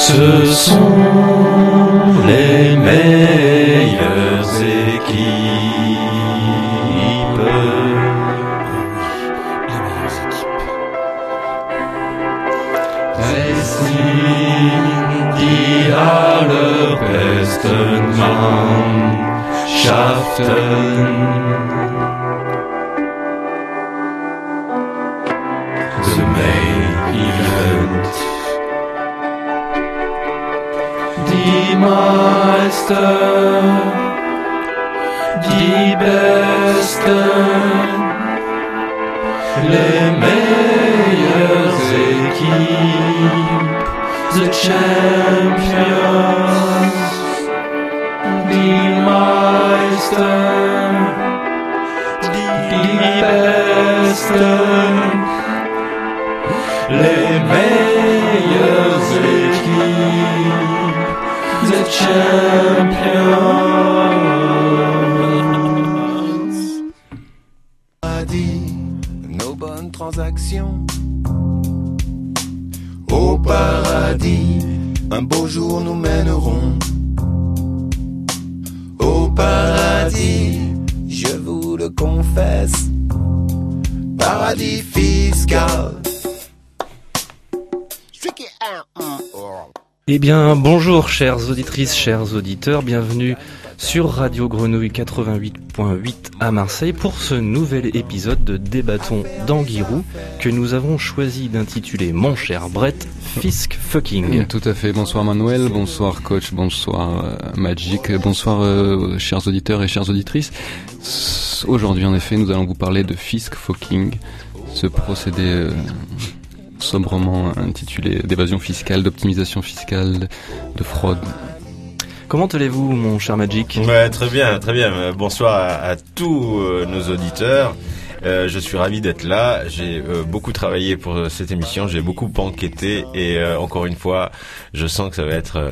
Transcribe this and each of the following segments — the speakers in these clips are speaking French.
Ce sont les meilleures équipes. Racing, die allerbesten Mannschaften. The main event. Die Meister, die Besten, les meilleures équipes, the champions, die Meister, die Besten, les meilleures équipes, the champions. Paradis, nos bonnes transactions. Au paradis, un beau jour nous mènerons. Au paradis, je vous le confesse, paradis fiscal. Eh bien, bonjour chères auditrices, chers auditeurs, bienvenue sur Radio Grenouille 88.8 à Marseille pour ce nouvel épisode de Débattons d'Anguirou que nous avons choisi d'intituler Mon cher Brett, Fisk Fucking. Tout à fait, bonsoir Manuel, bonsoir coach, bonsoir Magic, bonsoir chers auditeurs et chères auditrices. Aujourd'hui en effet nous allons vous parler de Fisk Fucking, ce procédé sobrement intitulé d'évasion fiscale, d'optimisation fiscale, de fraude. Comment allez-vous, mon cher Magic ? Ouais, très bien, très bien. Bonsoir à tous nos auditeurs. Je suis ravi d'être là. J'ai beaucoup travaillé pour cette émission. J'ai beaucoup enquêté et encore une fois, je sens que ça va être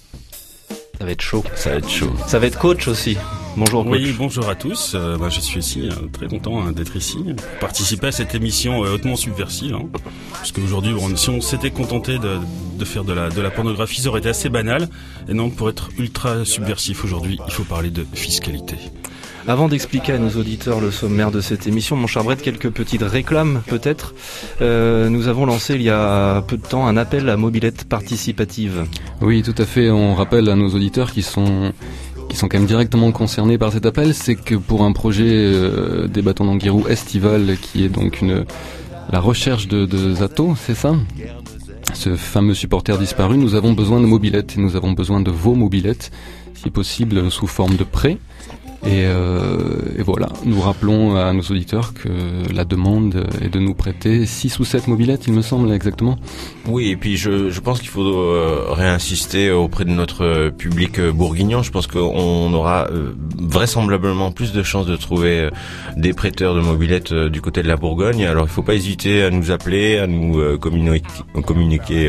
chaud. Ça va être chaud. Ça va être coach aussi. Bonjour coach. Oui, bonjour à tous. Je suis ici, très content d'être ici, pour participer à cette émission hautement subversive. Parce qu'aujourd'hui, si on s'était contenté de faire de la pornographie, ça aurait été assez banal. Et non, pour être ultra subversif aujourd'hui, il faut parler de fiscalité. Avant d'expliquer à nos auditeurs le sommaire de cette émission, mon cher Brett, quelques petites réclames peut-être. Nous avons lancé il y a peu de temps un appel à mobilette participative. Oui, tout à fait. On rappelle à nos auditeurs qui sont quand même directement concernés par cet appel, c'est que pour un projet Débattons d'Anguirou estival, qui est donc la recherche de Zato, c'est ça ? Ce fameux supporter disparu, nous avons besoin de mobilettes, et nous avons besoin de vos mobilettes, si possible sous forme de prêt. Et voilà, nous rappelons à nos auditeurs que la demande est de nous prêter 6 ou 7 mobilettes, il me semble exactement. Oui, et puis je pense qu'il faut réinsister auprès de notre public bourguignon. Je pense qu'on aura vraisemblablement plus de chances de trouver des prêteurs de mobilettes du côté de la Bourgogne. Alors il ne faut pas hésiter à nous appeler, à nous communiquer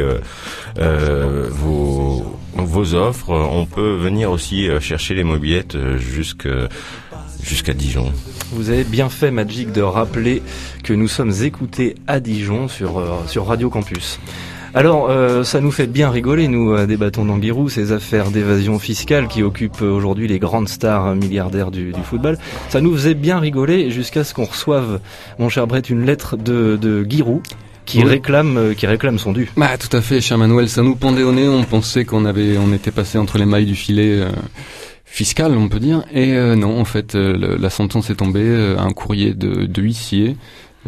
vos offres. On peut venir aussi chercher les mobilettes jusqu'à Dijon. Vous avez bien fait, Magic, de rappeler que nous sommes écoutés à Dijon sur Radio Campus. Alors, ça nous fait bien rigoler, nous débattons d'Anguirou, ces affaires d'évasion fiscale qui occupent aujourd'hui les grandes stars milliardaires du football. Ça nous faisait bien rigoler jusqu'à ce qu'on reçoive, mon cher Brett, une lettre de Giroud qui réclame son dû. Bah, tout à fait, cher Manuel, ça nous pendait au nez, on pensait qu'on était passé entre les mailles du filet fiscal, on peut dire, et non, en fait, la sentence est tombée, un courrier de huissier,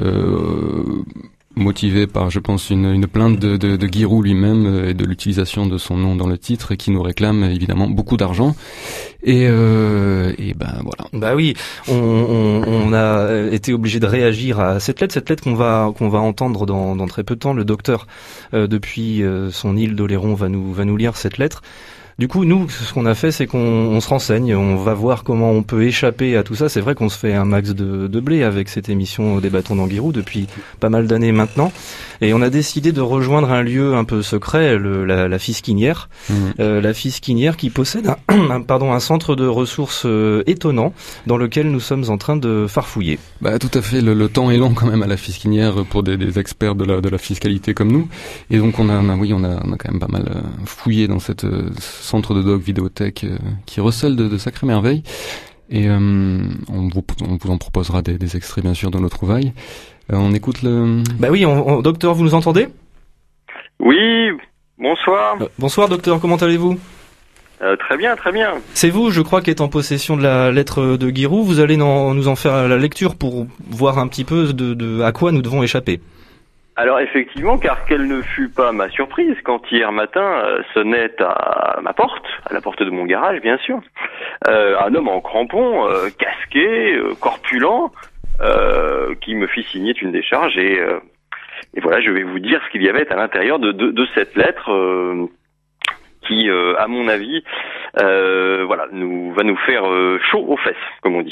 motivé par, je pense, une plainte de Giroud lui-même et de l'utilisation de son nom dans le titre, qui nous réclame évidemment beaucoup d'argent. Et ben voilà. Bah oui, on a été obligé de réagir à cette lettre qu'on va entendre dans très peu de temps. Le docteur depuis son île d'Oléron va nous lire cette lettre. Du coup, nous, ce qu'on a fait, c'est qu'on se renseigne, on va voir comment on peut échapper à tout ça. C'est vrai qu'on se fait un max de blé avec cette émission des bâtons d'Anguirou depuis pas mal d'années maintenant. Et on a décidé de rejoindre un lieu un peu secret, la Fisquinière. La Fisquinière qui possède un centre de ressources étonnant dans lequel nous sommes en train de farfouiller. Bah, tout à fait. Le temps est long quand même à la Fisquinière pour des experts de la fiscalité comme nous. Et donc on a quand même pas mal fouillé dans cette centre de doc vidéothèque qui recèle de sacrées merveilles. Et on vous en proposera des extraits bien sûr de nos trouvailles. On écoute le... Bah oui, docteur, vous nous entendez ? Oui, bonsoir. Bonsoir docteur, comment allez-vous ? Très bien, très bien. C'est vous, je crois, qui êtes en possession de la lettre de Guirou. Vous allez nous en faire la lecture pour voir un petit peu de à quoi nous devons échapper. Alors effectivement, car quelle ne fut pas ma surprise quand hier matin sonnait à ma porte, à la porte de mon garage bien sûr, un homme en crampons, casqué, corpulent, qui me fit signer une décharge et voilà, je vais vous dire ce qu'il y avait à l'intérieur de cette lettre qui, à mon avis, va nous faire chaud aux fesses, comme on dit.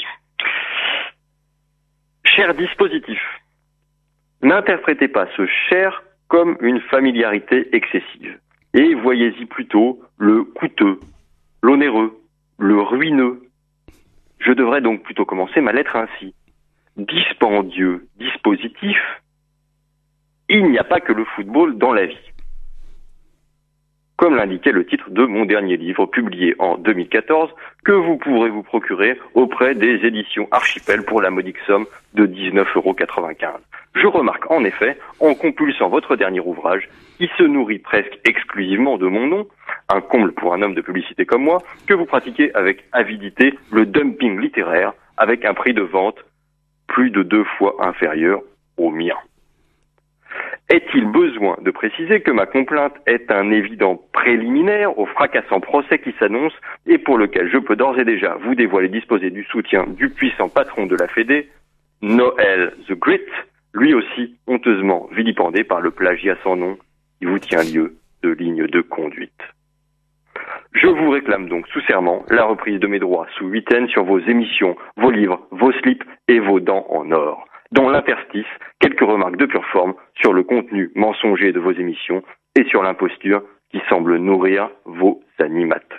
Cher dispositif, n'interprétez pas ce cher comme une familiarité excessive et voyez-y plutôt le coûteux, l'onéreux, le ruineux. Je devrais donc plutôt commencer ma lettre ainsi. Dispendieux dispositif, il n'y a pas que le football dans la vie. Comme l'indiquait le titre de mon dernier livre, publié en 2014, que vous pourrez vous procurer auprès des éditions Archipel pour la modique somme de 19,95 €. Je remarque en effet, en compulsant votre dernier ouvrage, qui se nourrit presque exclusivement de mon nom, un comble pour un homme de publicité comme moi, que vous pratiquez avec avidité le dumping littéraire, avec un prix de vente plus de 2 fois inférieur au mien. Est-il besoin de préciser que ma complainte est un évident préliminaire au fracassant procès qui s'annonce et pour lequel je peux d'ores et déjà vous dévoiler disposer du soutien du puissant patron de la Fédé, Noël the Great, lui aussi honteusement vilipendé par le plagiat sans nom qui vous tient lieu de ligne de conduite. Je vous réclame donc sous serment la reprise de mes droits sous huitaine sur vos émissions, vos livres, vos slips et vos dents en or. Dans l'interstice, quelques remarques de pure forme sur le contenu mensonger de vos émissions et sur l'imposture qui semble nourrir vos animateurs.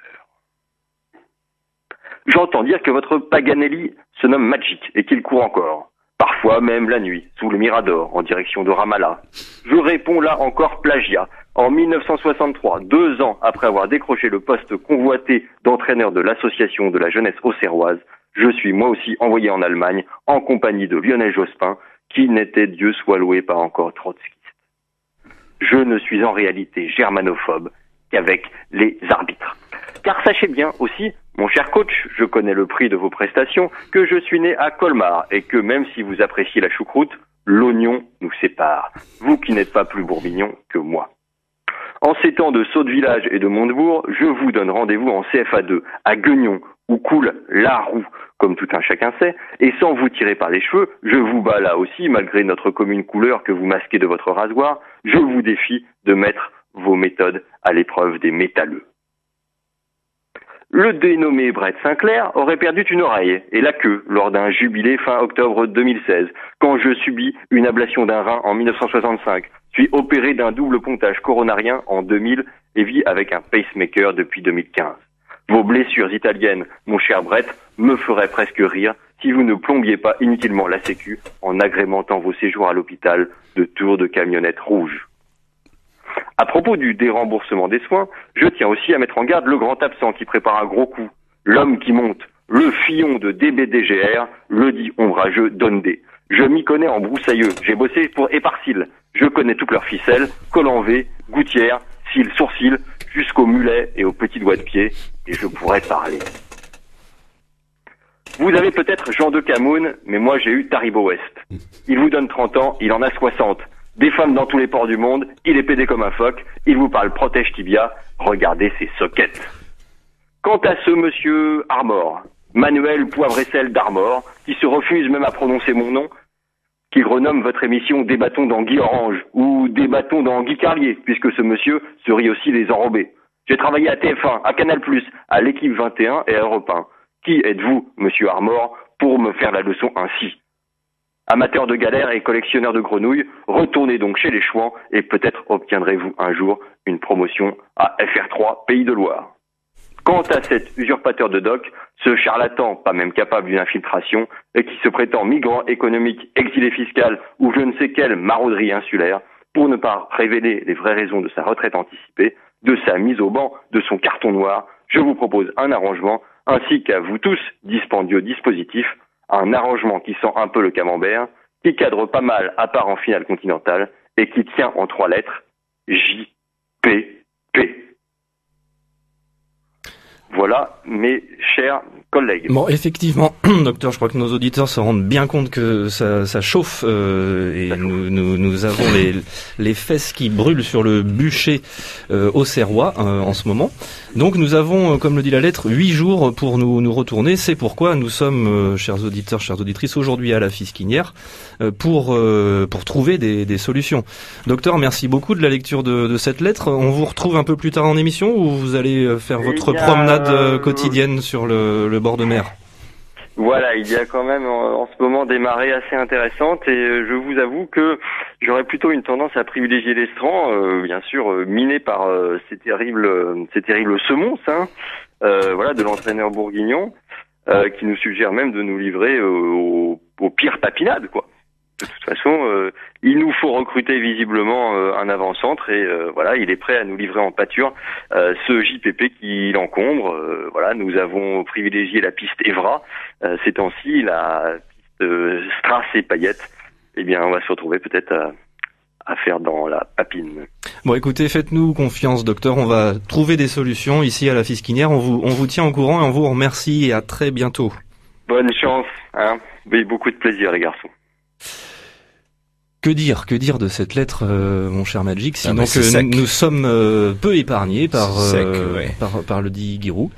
J'entends dire que votre Paganelli se nomme Magic et qu'il court encore, parfois même la nuit, sous le Mirador, en direction de Ramallah. Je réponds là encore plagiat. En 1963, 2 ans après avoir décroché le poste convoité d'entraîneur de l'association de la jeunesse auxerroise, je suis moi aussi envoyé en Allemagne en compagnie de Lionel Jospin, qui n'était, Dieu soit loué, pas encore trotskiste. Je ne suis en réalité germanophobe qu'avec les arbitres. Car sachez bien aussi, mon cher coach, je connais le prix de vos prestations, que je suis né à Colmar et que même si vous appréciez la choucroute, l'oignon nous sépare. Vous qui n'êtes pas plus bourguignon que moi. En ces temps de saut de village et de Montebourg, je vous donne rendez-vous en CFA2 à Guignon, où coule la roue, comme tout un chacun sait, et sans vous tirer par les cheveux, je vous bats là aussi, malgré notre commune couleur que vous masquez de votre rasoir, je vous défie de mettre vos méthodes à l'épreuve des métalleux. Le dénommé Brett Sinclair aurait perdu une oreille et la queue lors d'un jubilé fin octobre 2016, quand je subis une ablation d'un rein en 1965, puis opéré d'un double pontage coronarien en 2000 et vis avec un pacemaker depuis 2015. Vos blessures italiennes, mon cher Brett, me feraient presque rire si vous ne plombiez pas inutilement la sécu en agrémentant vos séjours à l'hôpital de tours de camionnettes rouges. À propos du déremboursement des soins, je tiens aussi à mettre en garde le grand absent qui prépare un gros coup. L'homme qui monte, le Fillon de DBDGR, le dit ombrageux Dondé. Je m'y connais en broussailleux, j'ai bossé pour Éparcil. Je connais toutes leurs ficelles, col en V, gouttière, cils, sourcils, jusqu'aux mulets et aux petits doigts de pied, et je pourrais parler. Vous avez peut-être Jean de Camoun, mais moi j'ai eu Taribo West. Il vous donne 30 ans, il en a 60. Des femmes dans tous les ports du monde, il est pédé comme un phoque, il vous parle protège tibia, regardez ses soquettes. Quant à ce monsieur Armor, Manuel Poivre et Sel d'Armor, qui se refuse même à prononcer mon nom, qu'il renomme votre émission Des bâtons d'Anguille Orange, ou Des bâtons d'Anguille Carlier, puisque ce monsieur se rit aussi les enrobés. J'ai travaillé à TF1, à Canal+, à l'équipe 21 et à Europe 1. Qui êtes-vous, monsieur Armor, pour me faire la leçon ainsi? Amateur de galères et collectionneur de grenouilles, retournez donc chez les Chouans et peut-être obtiendrez-vous un jour une promotion à FR3 Pays de Loire. Quant à cet usurpateur de doc, ce charlatan, pas même capable d'une infiltration, et qui se prétend migrant économique, exilé fiscal ou je ne sais quelle marauderie insulaire, pour ne pas révéler les vraies raisons de sa retraite anticipée, de sa mise au banc, de son carton noir, je vous propose un arrangement, ainsi qu'à vous tous, dispendieux dispositifs, un arrangement qui sent un peu le camembert, qui cadre pas mal à part en finale continentale, et qui tient en 3 lettres, J-P-P. Voilà, mes chers collègues. Bon, effectivement, docteur, je crois que nos auditeurs se rendent bien compte que ça chauffe et nous avons les fesses qui brûlent sur le bûcher auxerrois en ce moment. Donc nous avons, comme le dit la lettre, 8 jours pour nous retourner. C'est pourquoi nous sommes, chers auditeurs, chères auditrices, aujourd'hui à la Fisquinière pour trouver des solutions. Docteur, merci beaucoup de la lecture de cette lettre. On vous retrouve un peu plus tard en émission ou vous allez faire votre promenade quotidienne sur le bord de mer? Voilà, il y a quand même en ce moment des marées assez intéressantes et je vous avoue que j'aurais plutôt une tendance à privilégier l'estran, bien sûr miné par ces terribles semonces, voilà, de l'entraîneur bourguignon, qui nous suggère même de nous livrer aux pires papinades, quoi. De toute façon, il nous faut recruter visiblement un avant-centre et voilà, il est prêt à nous livrer en pâture ce JPP qui l'encombre. Voilà, nous avons privilégié la piste Evra ces temps-ci, la piste Strass et Payette. Eh bien, on va se retrouver peut-être à faire dans la papine. Bon, écoutez, faites-nous confiance, docteur. On va trouver des solutions ici à la Fisquinière. On vous tient au courant et on vous remercie et à très bientôt. Bonne chance, hein. Et beaucoup de plaisir, les garçons. Que dire de cette lettre, mon cher Magic, sinon que nous sommes peu épargnés par le dit Giroud.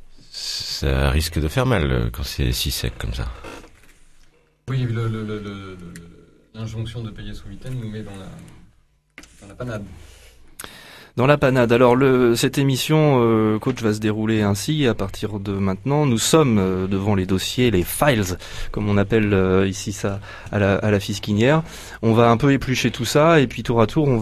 Ça risque de faire mal quand c'est si sec comme ça. Oui, l'injonction de payer ce week-end nous met dans la panade. Dans la panade. Alors cette émission, coach, va se dérouler ainsi à partir de maintenant. Nous sommes devant les dossiers, les files, comme on appelle ici ça à la Fisquinière. On va un peu éplucher tout ça et puis tour à tour on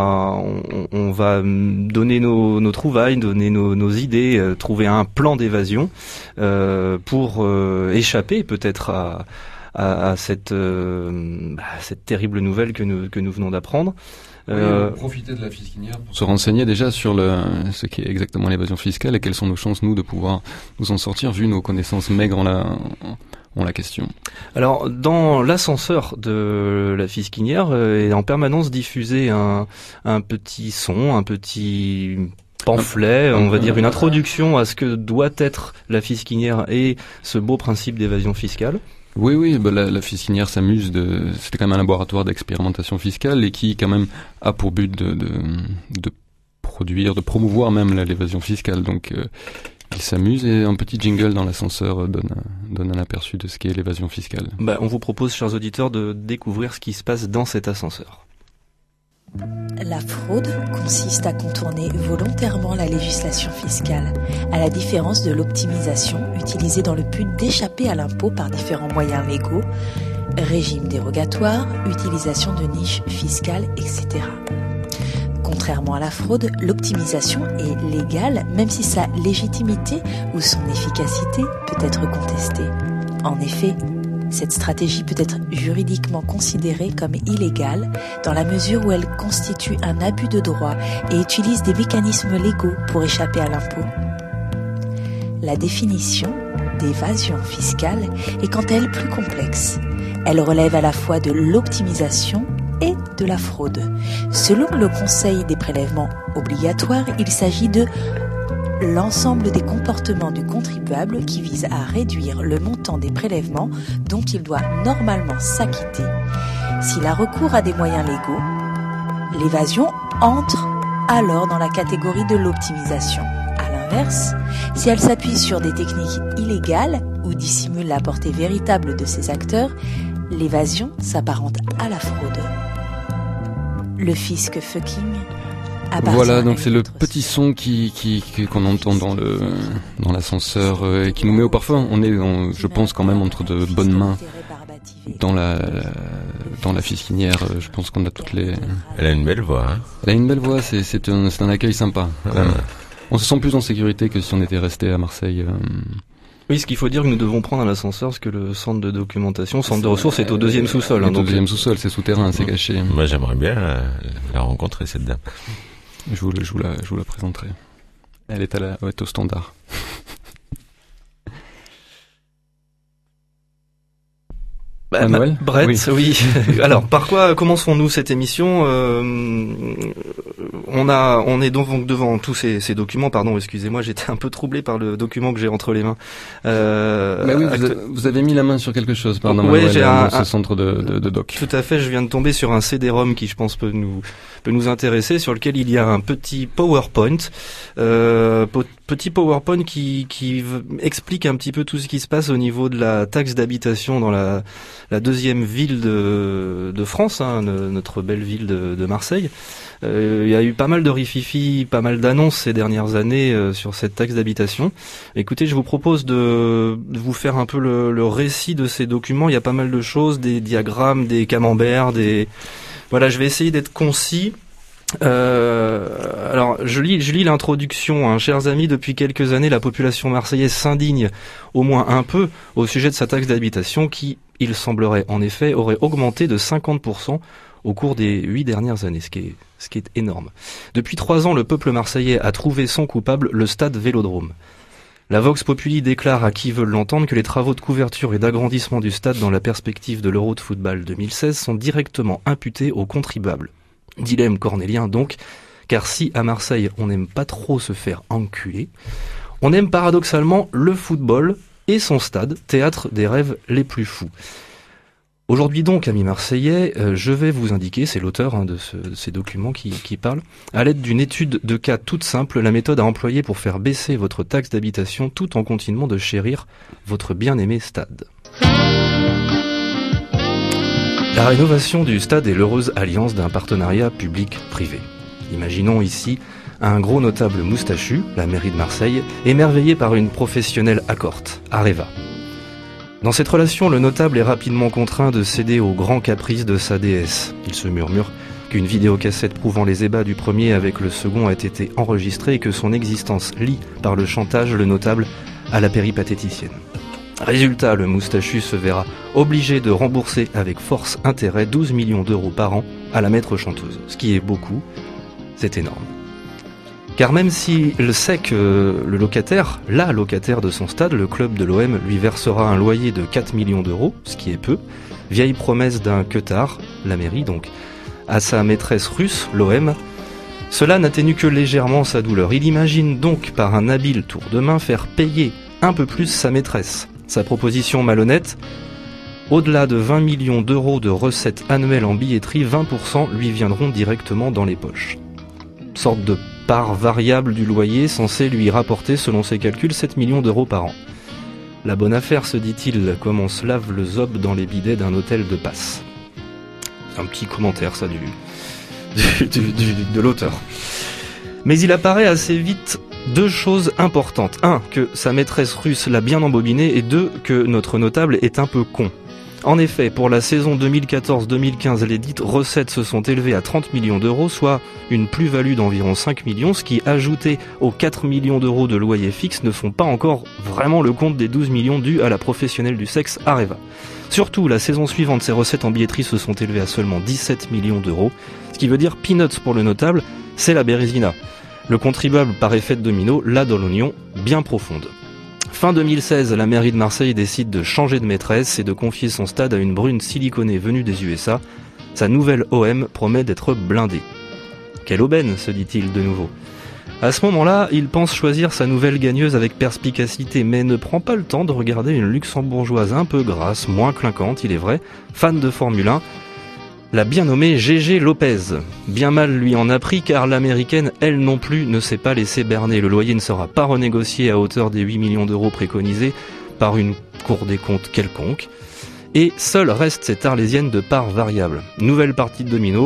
va donner nos trouvailles, donner nos idées, trouver un plan d'évasion pour échapper peut-être à cette terrible nouvelle que nous venons d'apprendre. Profiter de la Fisquinière pour se renseigner déjà sur ce qu'est exactement l'évasion fiscale et quelles sont nos chances, nous, de pouvoir nous en sortir, vu nos connaissances maigres en la question. Alors, dans l'ascenseur de la Fisquinière est en permanence diffusé un petit son, un petit pamphlet, on va dire une introduction à ce que doit être la Fisquinière et ce beau principe d'évasion fiscale. Oui, la Fisquinière s'amuse c'était quand même un laboratoire d'expérimentation fiscale et qui quand même a pour but de produire, de promouvoir même l'évasion fiscale. Donc il s'amuse et un petit jingle dans l'ascenseur donne un aperçu de ce qu'est l'évasion fiscale. On vous propose, chers auditeurs, de découvrir ce qui se passe dans cet ascenseur. La fraude consiste à contourner volontairement la législation fiscale, à la différence de l'optimisation utilisée dans le but d'échapper à l'impôt par différents moyens légaux, régime dérogatoire, utilisation de niches fiscales, etc. Contrairement à la fraude, l'optimisation est légale même si sa légitimité ou son efficacité peut être contestée. En effet, cette stratégie peut être juridiquement considérée comme illégale dans la mesure où elle constitue un abus de droit et utilise des mécanismes légaux pour échapper à l'impôt. La définition d'évasion fiscale est quant à elle plus complexe. Elle relève à la fois de l'optimisation et de la fraude. Selon le Conseil des prélèvements obligatoires, il s'agit de l'ensemble des comportements du contribuable qui visent à réduire le montant des prélèvements dont il doit normalement s'acquitter. S'il a recours à des moyens légaux, l'évasion entre alors dans la catégorie de l'optimisation. À l'inverse, si elle s'appuie sur des techniques illégales ou dissimule la portée véritable de ses acteurs, l'évasion s'apparente à la fraude. Le fisc fucking Voilà, donc c'est le petit son qu'on entend dans l'ascenseur et qui nous met au parfum. On est, je pense, quand même entre de bonnes mains dans la Fisquinière. Je pense qu'on a toutes les. Elle a une belle voix. Hein. Elle a une belle voix. C'est un accueil sympa. On se sent plus en sécurité que si on était resté à Marseille. Oui, ce qu'il faut dire que nous devons prendre un ascenseur parce que le centre de documentation, centre de ressources est au deuxième sous-sol. Au deuxième sous-sol, c'est souterrain, c'est caché. Moi, j'aimerais bien la rencontrer, cette dame. Je vous la présenterai. Elle est au standard. Noël Brett, oui. Alors, par quoi commençons-nous cette émission on est donc devant tous ces documents. Pardon, excusez-moi, j'étais un peu troublé par le document que j'ai entre les mains. Mais oui, vous avez mis la main sur quelque chose, pardon. Oui, j'ai ce centre de doc. Tout à fait, je viens de tomber sur un CD-ROM qui, je pense, peut nous intéresser, sur lequel il y a un petit PowerPoint. Petit PowerPoint qui explique un petit peu tout ce qui se passe au niveau de la taxe d'habitation dans la deuxième ville de France, hein, notre belle ville de Marseille. Il y a eu pas mal de rififi, pas mal d'annonces ces dernières années sur cette taxe d'habitation. Écoutez, je vous propose de vous faire un peu le récit de ces documents. Il y a pas mal de choses, des diagrammes, des camemberts, Voilà, je vais essayer d'être concis. Alors, je lis l'introduction, hein. Chers amis, depuis quelques années, la population marseillaise s'indigne au moins un peu au sujet de sa taxe d'habitation qui, il semblerait en effet, aurait augmenté de 50% au cours des 8 dernières années, ce qui est énorme. Depuis 3 ans, le peuple marseillais a trouvé son coupable, le stade Vélodrome. La Vox Populi déclare à qui veut l'entendre que les travaux de couverture et d'agrandissement du stade dans la perspective de l'Euro de football 2016 sont directement imputés aux contribuables. Dilemme cornélien donc, car si à Marseille on n'aime pas trop se faire enculer, on aime paradoxalement le football et son stade, théâtre des rêves les plus fous. Aujourd'hui donc, amis marseillais, je vais vous indiquer, c'est l'auteur de ces documents qui parle, à l'aide d'une étude de cas toute simple, la méthode à employer pour faire baisser votre taxe d'habitation tout en continuant de chérir votre bien-aimé stade. La rénovation du stade est l'heureuse alliance d'un partenariat public-privé. Imaginons ici un gros notable moustachu, la mairie de Marseille, émerveillé par une professionnelle accorte, Areva. Dans cette relation, le notable est rapidement contraint de céder aux grands caprices de sa déesse. Il se murmure qu'une vidéocassette prouvant les ébats du premier avec le second a été enregistrée et que son existence lie par le chantage le notable à la péripatéticienne. Résultat, le moustachu se verra obligé de rembourser avec force intérêt 12 millions d'euros par an à la maître chanteuse. Ce qui est beaucoup, c'est énorme. Car même s'il sait que la locataire de son stade, le club de l'OM, lui versera un loyer de 4 millions d'euros, ce qui est peu, vieille promesse d'un queutard, la mairie donc, à sa maîtresse russe, l'OM, cela n'atténue que légèrement sa douleur. Il imagine donc par un habile tour de main faire payer un peu plus sa maîtresse. Sa proposition malhonnête, au-delà de 20 millions d'euros de recettes annuelles en billetterie, 20% lui viendront directement dans les poches. Sorte de part variable du loyer censée lui rapporter, selon ses calculs, 7 millions d'euros par an. La bonne affaire, se dit-il, comme on se lave le zob dans les bidets d'un hôtel de passe. Un petit commentaire, ça, de l'auteur. Mais il apparaît assez vite 2 choses importantes. 1, que sa maîtresse russe l'a bien embobiné, et 2, que notre notable est un peu con. En effet, pour la saison 2014-2015, les dites recettes se sont élevées à 30 millions d'euros, soit une plus-value d'environ 5 millions, ce qui, ajouté aux 4 millions d'euros de loyer fixe, ne font pas encore vraiment le compte des 12 millions dus à la professionnelle du sexe Areva. Surtout, la saison suivante, ses recettes en billetterie se sont élevées à seulement 17 millions d'euros, ce qui veut dire peanuts pour le notable, c'est la bérésina. Le contribuable, par effet de domino, l'a dans l'oignon bien profonde. Fin 2016, la mairie de Marseille décide de changer de maîtresse et de confier son stade à une brune siliconée venue des USA. Sa nouvelle OM promet d'être blindée. Quelle aubaine, se dit-il de nouveau. À ce moment-là, il pense choisir sa nouvelle gagneuse avec perspicacité, mais ne prend pas le temps de regarder une luxembourgeoise un peu grasse, moins clinquante, il est vrai, fan de Formule 1, la bien nommée Gégé Lopez. Bien mal lui en a pris car l'américaine, elle non plus, ne s'est pas laissée berner. Le loyer ne sera pas renégocié à hauteur des 8 millions d'euros préconisés par une cour des comptes quelconque. Et seule reste cette arlésienne de part variable. Nouvelle partie de domino,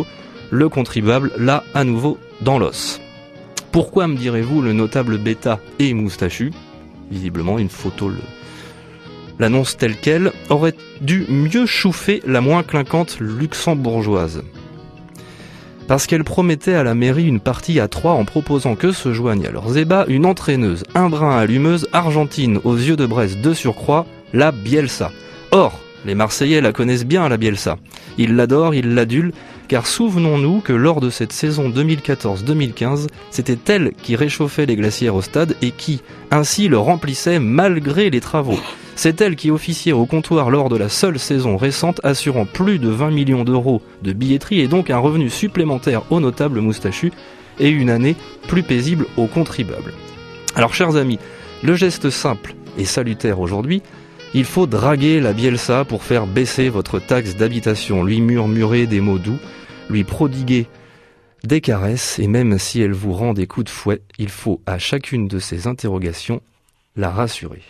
le contribuable là à nouveau dans l'os. Pourquoi, me direz-vous, le notable Bêta est moustachu ? Visiblement, une photo l'annonce telle qu'elle aurait dû mieux chauffer la moins clinquante luxembourgeoise. Parce qu'elle promettait à la mairie une partie à 3 en proposant que se joigne à leurs ébats une entraîneuse, un brin allumeuse, argentine aux yeux de braise de surcroît, la Bielsa. Or, les Marseillais la connaissent bien, la Bielsa. Ils l'adorent, ils l'adulent, car souvenons-nous que lors de cette saison 2014-2015, c'était elle qui réchauffait les glacières au stade et qui, ainsi, le remplissait malgré les travaux. C'est elle qui officiait au comptoir lors de la seule saison récente, assurant plus de 20 millions d'euros de billetterie et donc un revenu supplémentaire aux notables moustachus et une année plus paisible aux contribuables. Alors, chers amis, le geste simple et salutaire aujourd'hui, il faut draguer la Bielsa pour faire baisser votre taxe d'habitation, lui murmurer des mots doux, lui prodiguer des caresses, et même si elle vous rend des coups de fouet, il faut à chacune de ces interrogations la rassurer.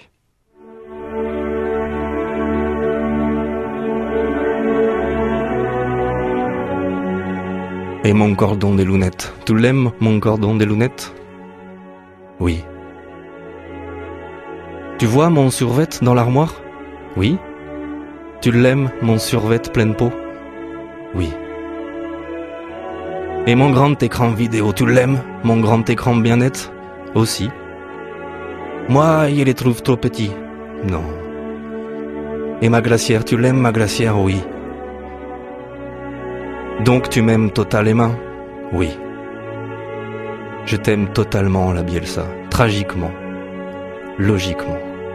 Et mon cordon des lunettes, tu l'aimes, mon cordon des lunettes ? Oui. Tu vois mon survêt dans l'armoire ? Oui. Tu l'aimes, mon survêt pleine peau ? Oui. Et mon grand écran vidéo, tu l'aimes, mon grand écran bien net ? Aussi. Moi, je les trouve trop petits. Non. Et ma glacière, tu l'aimes, ma glacière ? Oui. Donc tu m'aimes totalement ? Oui. Je t'aime totalement, la Bielsa. Tragiquement. Logiquement.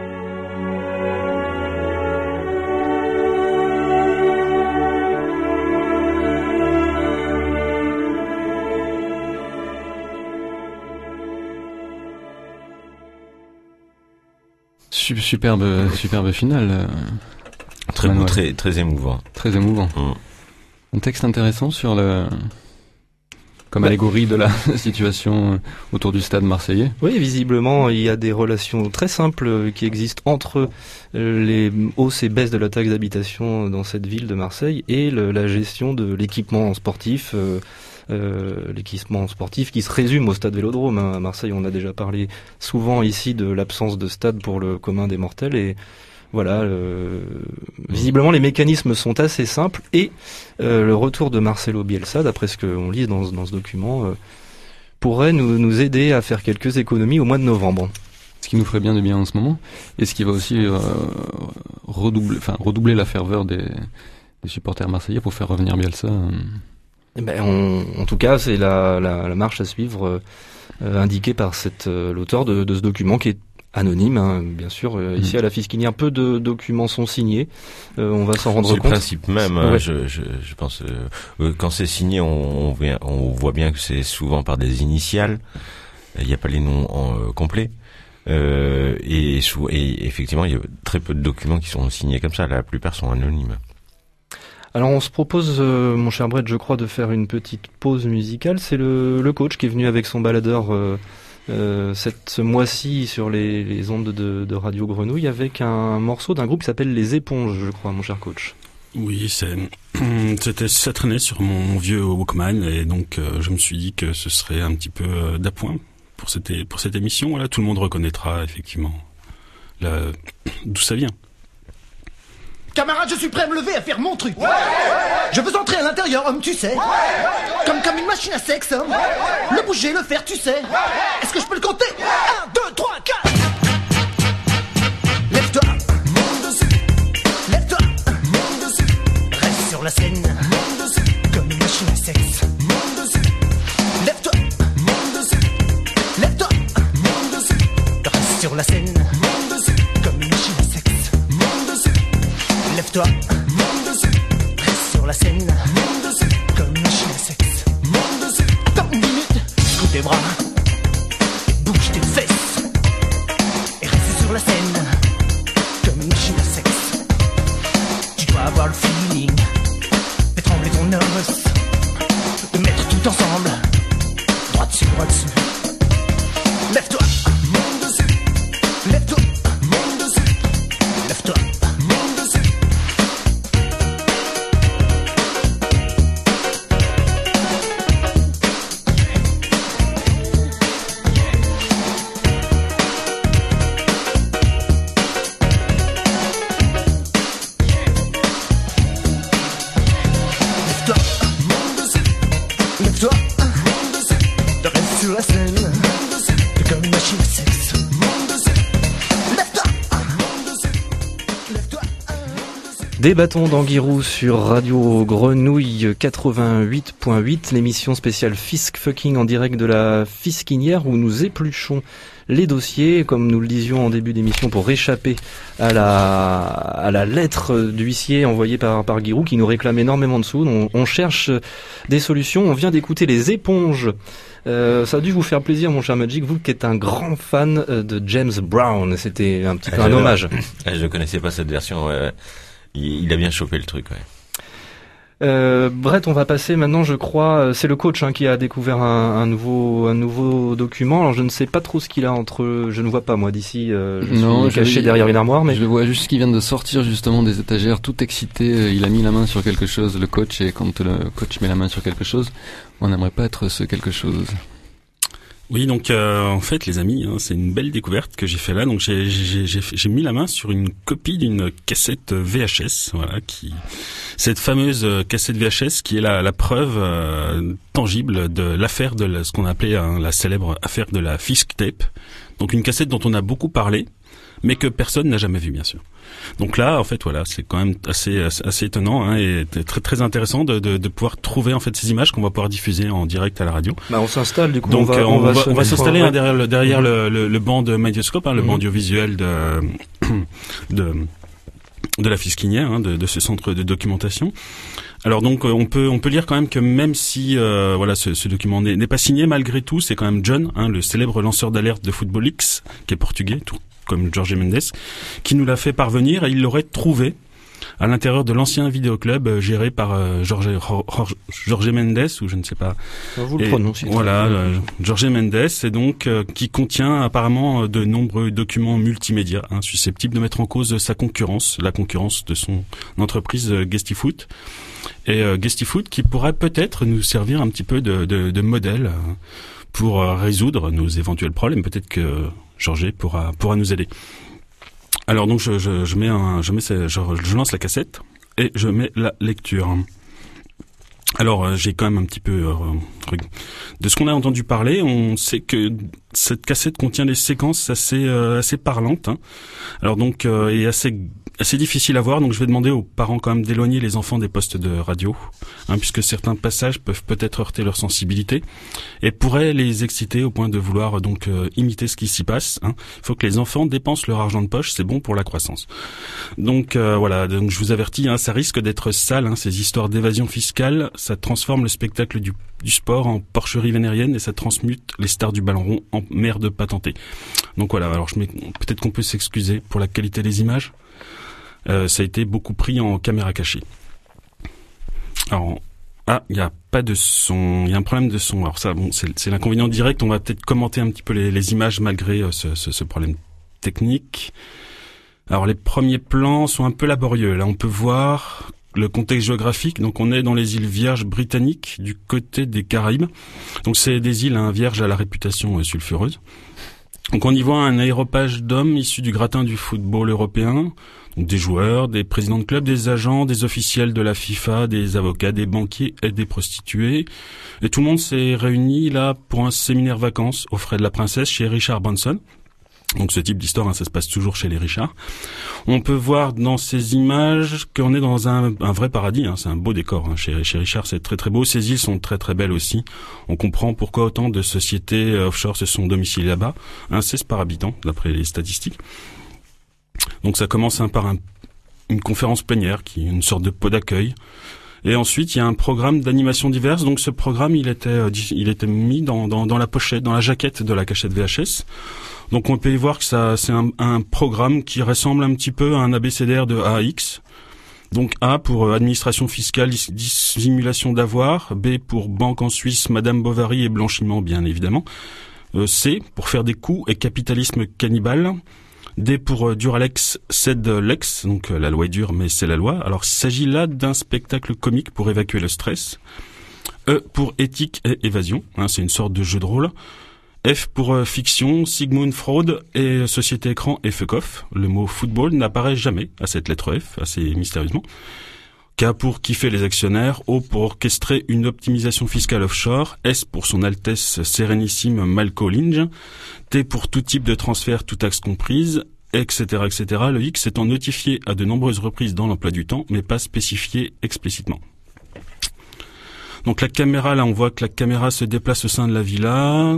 Superbe finale. Très beau, très émouvant. Très émouvant. Un texte intéressant sur comme allégorie de la situation autour du stade marseillais. Oui, visiblement, il y a des relations très simples qui existent entre les hausses et baisses de la taxe d'habitation dans cette ville de Marseille et la gestion de l'équipement sportif. L'équipement sportif qui se résume au stade Vélodrome. À Marseille, on a déjà parlé souvent ici de l'absence de stade pour le commun des mortels et voilà, visiblement les mécanismes sont assez simples et le retour de Marcelo Bielsa, d'après ce qu'on lit dans ce document, pourrait nous aider à faire quelques économies au mois de novembre. Ce qui nous ferait bien de bien en ce moment et ce qui va aussi redoubler la ferveur des supporters marseillais pour faire revenir Bielsa. En tout cas, c'est la marche à suivre indiquée par l'auteur de ce document qui est anonyme, hein, bien sûr. Ici à la Fisquinie, un peu de documents sont signés. On va s'en rendre compte. C'est le principe même. Ouais. Je pense quand c'est signé, on voit bien que c'est souvent par des initiales. Il n'y a pas les noms complets. Et effectivement, il y a très peu de documents qui sont signés comme ça. La plupart sont anonymes. Alors on se propose, mon cher Brett, je crois, de faire une petite pause musicale. C'est le coach qui est venu avec son baladeur ce mois-ci sur les ondes de Radio Grenouille avec un morceau d'un groupe qui s'appelle Les Éponges, je crois, mon cher coach. Oui, ça traînait sur mon vieux Walkman et donc je me suis dit que ce serait un petit peu d'appoint pour cette émission. Voilà, tout le monde reconnaîtra effectivement d'où ça vient. Camarade, je suis prêt à me lever, à faire mon truc. Ouais. Je veux entrer à l'intérieur, homme, tu sais. Ouais. Comme une machine à sexe, homme. Ouais. Le bouger, le faire, tu sais. Est-ce que je peux le compter ? 1, 2, 3, 4. Lève-toi, monte dessus. Lève-toi, monte dessus. Reste sur la scène, monte dessus. Comme une machine à sexe, monte dessus. Lève-toi, monte dessus. Lève-toi, monte dessus. Reste sur la scène, monte dessus. Comme une machine à sexe, monte dessus. Lève-toi, monte dessus, reste sur la scène, monte dessus, comme une machine à sexe, monte dessus. Dans une minute, scoute tes bras, et bouge tes fesses, et reste sur la scène, comme une machine à sexe. Tu dois avoir le feeling, de trembler ton os, de mettre tout ensemble, droit dessus, droit dessus. Lève-toi, monte dessus, lève-toi, monte dessus, lève-toi. Lève-toi, monte dessus. Reste sur la scène, monte dessus. T'es comme une machine à sexe, monte dessus. Lève-toi, monte dessus. Lève-toi. Des bâtons d'Anguirou sur Radio Grenouille 88.8, l'émission spéciale Fisk Fucking en direct de la Fisquinière où nous épluchons les dossiers, comme nous le disions en début d'émission, pour échapper à la lettre d'huissier envoyée par Guirou qui nous réclame énormément de sous. On cherche des solutions, on vient d'écouter Les Éponges. Ça a dû vous faire plaisir, mon cher Magic, vous qui êtes un grand fan de James Brown. C'était un petit peu un hommage. Je connaissais pas cette version, ouais. Il a bien chopé le truc, ouais. Brett, on va passer maintenant, je crois, c'est le coach qui a découvert un nouveau document. Alors je ne sais pas trop ce qu'il a je ne vois pas moi d'ici, je suis caché derrière une armoire, mais je vois juste qu'il vient de sortir justement des étagères, tout excité. Il a mis la main sur quelque chose, le coach, et quand le coach met la main sur quelque chose, on n'aimerait pas être ce quelque chose. Oui, donc en fait, les amis, c'est une belle découverte que j'ai fait là. Donc j'ai mis la main sur une copie d'une cassette VHS, voilà, cette fameuse cassette VHS qui est la preuve tangible de l'affaire de ce qu'on appelait la célèbre affaire de la Fisk Tape. Donc une cassette dont on a beaucoup parlé, mais que personne n'a jamais vue, bien sûr. Donc là, en fait, voilà, c'est quand même assez étonnant et très très intéressant de pouvoir trouver en fait ces images qu'on va pouvoir diffuser en direct à la radio. Bah, on s'installe du coup. Donc on va s'installer derrière le banc de Mediascope, le banc audiovisuel de la Fisquinière, de ce centre de documentation. Alors donc on peut lire quand même que même si ce document n'est pas signé, malgré tout, c'est quand même John, le célèbre lanceur d'alerte de Football X, qui est portugais, tout comme Jorge Mendes, qui nous l'a fait parvenir, et il l'aurait trouvé à l'intérieur de l'ancien vidéoclub géré par Jorge Mendes, ou je ne sais pas. Vous le prononcez. Voilà, Jorge Mendes, et donc qui contient apparemment de nombreux documents multimédia susceptibles de mettre en cause sa concurrence, la concurrence de son entreprise Gestifoot. Et Gestifoot qui pourrait peut-être nous servir un petit peu de modèle pour résoudre nos éventuels problèmes. Peut-être que Jorge pourra nous aider. Alors donc je lance la cassette et je mets la lecture. Alors j'ai quand même un petit peu de ce qu'on a entendu parler, on sait que cette cassette contient des séquences assez parlantes. Alors donc et assez difficile à voir, donc je vais demander aux parents quand même d'éloigner les enfants des postes de radio, puisque certains passages peuvent peut-être heurter leur sensibilité et pourraient les exciter au point de vouloir donc imiter ce qui s'y passe. Il faut que les enfants dépensent leur argent de poche, c'est bon pour la croissance. Donc voilà, donc je vous avertis, ça risque d'être sale, ces histoires d'évasion fiscale, ça transforme le spectacle du sport en porcherie vénérienne et ça transmute les stars du ballon rond en merde patentée. Donc voilà, alors peut-être qu'on peut s'excuser pour la qualité des images. Ça a été beaucoup pris en caméra cachée. Alors, il y a pas de son, il y a un problème de son. Alors ça, bon, c'est l'inconvénient direct. On va peut-être commenter un petit peu les images malgré ce problème technique. Alors les premiers plans sont un peu laborieux. Là, on peut voir le contexte géographique. Donc on est dans les îles Vierges britanniques du côté des Caraïbes. Donc c'est des îles vierges à la réputation sulfureuse. Donc on y voit un aéropage d'hommes issus du gratin du football européen. Donc des joueurs, des présidents de clubs, des agents, des officiels de la FIFA, des avocats, des banquiers et des prostituées. Et tout le monde s'est réuni là pour un séminaire vacances aux frais de la princesse chez Richard Branson. Donc ce type d'histoire, ça se passe toujours chez les Richard. On peut voir dans ces images qu'on est dans un vrai paradis. C'est un beau décor. Chez Richard, c'est très très beau. Ces îles sont très très belles aussi. On comprend pourquoi autant de sociétés offshore se sont domiciliées là-bas. 16 par habitant, d'après les statistiques. Donc ça commence par une conférence plénière qui est une sorte de pot d'accueil. Et ensuite, il y a un programme d'animation diverses. Donc ce programme, il était mis dans la pochette, dans la jaquette de la cachette VHS. Donc on peut y voir que c'est un programme qui ressemble un petit peu à un abécédaire de A à X. Donc A pour administration fiscale, dissimulation d'avoir. B pour banque en Suisse, Madame Bovary et blanchiment, bien évidemment. C pour faire des coups et capitalisme cannibale. D pour Duralex, cède Lex, donc la loi est dure mais c'est la loi. Alors il s'agit là d'un spectacle comique pour évacuer le stress. E pour éthique et évasion, c'est une sorte de jeu de rôle. F pour fiction, Sigmund Freud et société écran et fuck off. Le mot football n'apparaît jamais à cette lettre F, assez mystérieusement. K pour kiffer les actionnaires, O pour orchestrer une optimisation fiscale offshore, S pour son Altesse Sérénissime Malco Linge, T pour tout type de transfert, toute taxe comprise, etc., etc. Le X étant notifié à de nombreuses reprises dans l'emploi du temps, mais pas spécifié explicitement. Donc la caméra, là, on voit que la caméra se déplace au sein de la villa.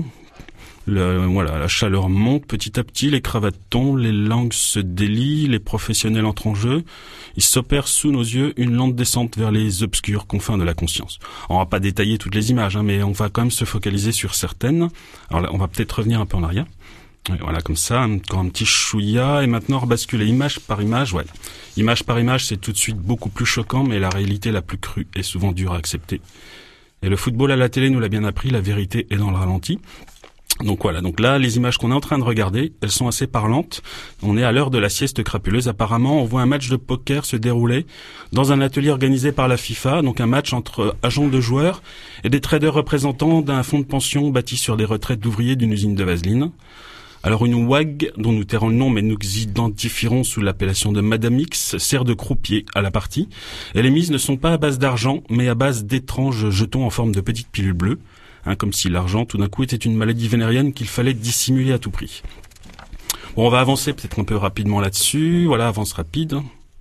Voilà, la chaleur monte petit à petit, les cravates tombent, les langues se délient, les professionnels entrent en jeu. Il s'opère sous nos yeux une lente descente vers les obscurs confins de la conscience. On va pas détailler toutes les images, mais on va quand même se focaliser sur certaines. Alors là, on va peut-être revenir un peu en arrière. Et voilà, comme ça, encore un petit chouïa, et maintenant rebasculer image par image. Ouais, image par image, c'est tout de suite beaucoup plus choquant, mais la réalité la plus crue est souvent dure à accepter. Et le football à la télé nous l'a bien appris, la vérité est dans le ralenti. Donc voilà, donc là, les images qu'on est en train de regarder, elles sont assez parlantes. On est à l'heure de la sieste crapuleuse. Apparemment, on voit un match de poker se dérouler dans un atelier organisé par la FIFA, donc un match entre agents de joueurs et des traders représentants d'un fonds de pension bâti sur des retraites d'ouvriers d'une usine de vaseline. Alors une WAG, dont nous tairons le nom mais nous identifierons sous l'appellation de Madame X, sert de croupier à la partie. Et les mises ne sont pas à base d'argent, mais à base d'étranges jetons en forme de petites pilules bleues. Comme si l'argent, tout d'un coup, était une maladie vénérienne qu'il fallait dissimuler à tout prix. Bon, on va avancer peut-être un peu rapidement là-dessus. Voilà, avance rapide.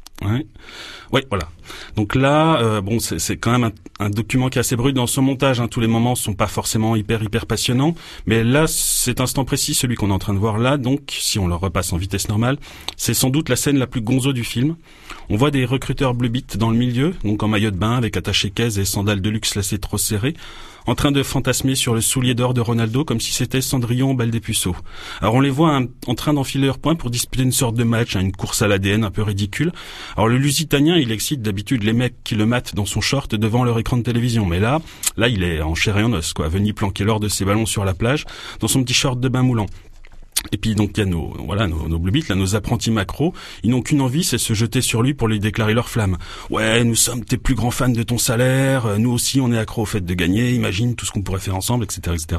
Ouais, voilà. Donc là, bon, c'est quand même un document qui est assez brut dans son montage. Tous les moments sont pas forcément hyper passionnants, mais là, cet instant précis, celui qu'on est en train de voir là, donc si on le repasse en vitesse normale, c'est sans doute la scène la plus gonzo du film. On voit des recruteurs bleu bit dans le milieu, donc en maillot de bain avec attaché-caisse et sandales de luxe lacées trop serrées, en train de fantasmer sur le soulier d'or de Ronaldo comme si c'était Cendrillon balle des puceaux. Alors on les voit en train d'enfiler leurs poings pour disputer une sorte de match, une course à l'ADN un peu ridicule. Alors le Lusitanien, il excite d'habitude les mecs qui le matent dans son short devant leur écran de télévision, mais là il est en chair et en os, quoi, venu planquer l'or de ses ballons sur la plage dans son petit short de bain moulant. Et puis donc il y a nos blue bits, là, nos apprentis macros, ils n'ont qu'une envie, c'est se jeter sur lui pour lui déclarer leur flamme. Ouais, nous sommes tes plus grands fans de ton salaire, nous aussi on est accros au fait de gagner, imagine tout ce qu'on pourrait faire ensemble, etc., etc.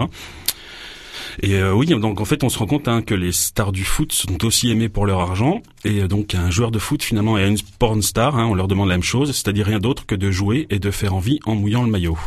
Et oui, donc en fait on se rend compte que les stars du foot sont aussi aimés pour leur argent, et donc un joueur de foot finalement est une porn star, on leur demande la même chose, c'est-à-dire rien d'autre que de jouer et de faire envie en mouillant le maillot.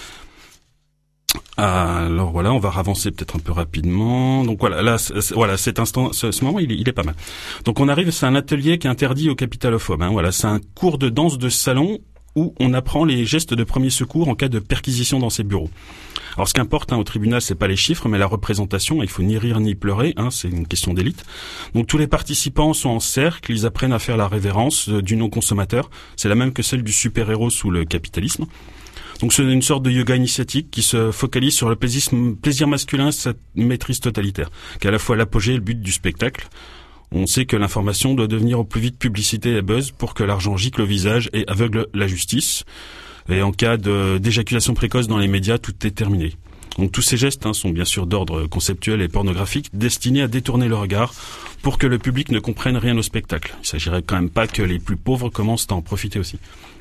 Alors voilà, on va avancer peut-être un peu rapidement. Donc voilà, là, cet instant, ce moment, il est pas mal. Donc on arrive, c'est un atelier qui est interdit aux capitalophobes. Voilà, c'est un cours de danse de salon où on apprend les gestes de premier secours en cas de perquisition dans ces bureaux. Alors ce qu'importe au tribunal, c'est pas les chiffres, mais la représentation. Il faut ni rire ni pleurer, c'est une question d'élite. Donc tous les participants sont en cercle, ils apprennent à faire la révérence du non-consommateur. C'est la même que celle du super-héros sous le capitalisme. Donc c'est une sorte de yoga initiatique qui se focalise sur le plaisir masculin, sa maîtrise totalitaire, qui est à la fois l'apogée et le but du spectacle. On sait que l'information doit devenir au plus vite publicité et buzz pour que l'argent gicle au visage et aveugle la justice. Et en cas d'éjaculation précoce dans les médias, tout est terminé. Donc tous ces gestes sont bien sûr d'ordre conceptuel et pornographique, destinés à détourner le regard pour que le public ne comprenne rien au spectacle. Il s'agirait quand même pas que les plus pauvres commencent à en profiter aussi.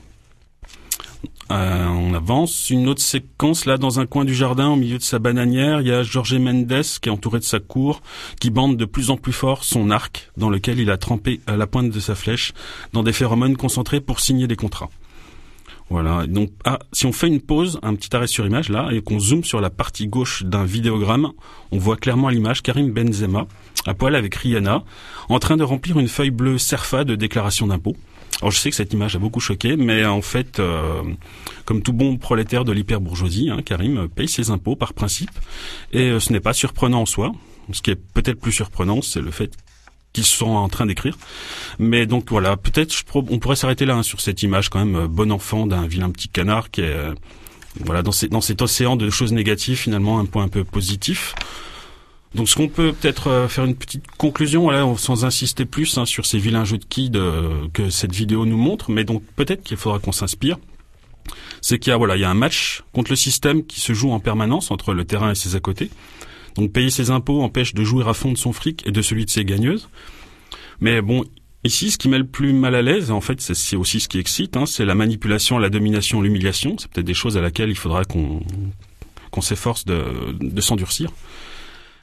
On avance, une autre séquence là dans un coin du jardin au milieu de sa bananière, il y a Jorge Mendes qui est entouré de sa cour, qui bande de plus en plus fort son arc dans lequel il a trempé la pointe de sa flèche dans des phéromones concentrés pour signer des contrats. Voilà, donc si on fait une pause, un petit arrêt sur image là, et qu'on zoome sur la partie gauche d'un vidéogramme, on voit clairement à l'image Karim Benzema, à poil avec Rihanna, en train de remplir une feuille bleue CERFA de déclaration d'impôt. Alors je sais que cette image a beaucoup choqué, mais en fait, comme tout bon prolétaire de l'hyperbourgeoisie, Karim paye ses impôts par principe, et ce n'est pas surprenant en soi. Ce qui est peut-être plus surprenant, c'est le fait qu'ils sont en train d'écrire. Mais donc voilà, peut-être on pourrait s'arrêter là sur cette image quand même bon enfant d'un vilain petit canard qui est voilà dans cet océan de choses négatives finalement un point un peu positif. Donc ce qu'on peut peut-être faire une petite conclusion, voilà, sans insister plus sur ces vilains jeux de quilles que cette vidéo nous montre, mais donc peut-être qu'il faudra qu'on s'inspire. C'est qu'il y a un match contre le système qui se joue en permanence entre le terrain et ses à côté. Donc payer ses impôts empêche de jouir à fond de son fric et de celui de ses gagneuses. Mais bon, ici, ce qui met le plus mal à l'aise, en fait, c'est aussi ce qui excite, c'est la manipulation, la domination, l'humiliation. C'est peut-être des choses à laquelle il faudra qu'on s'efforce de s'endurcir.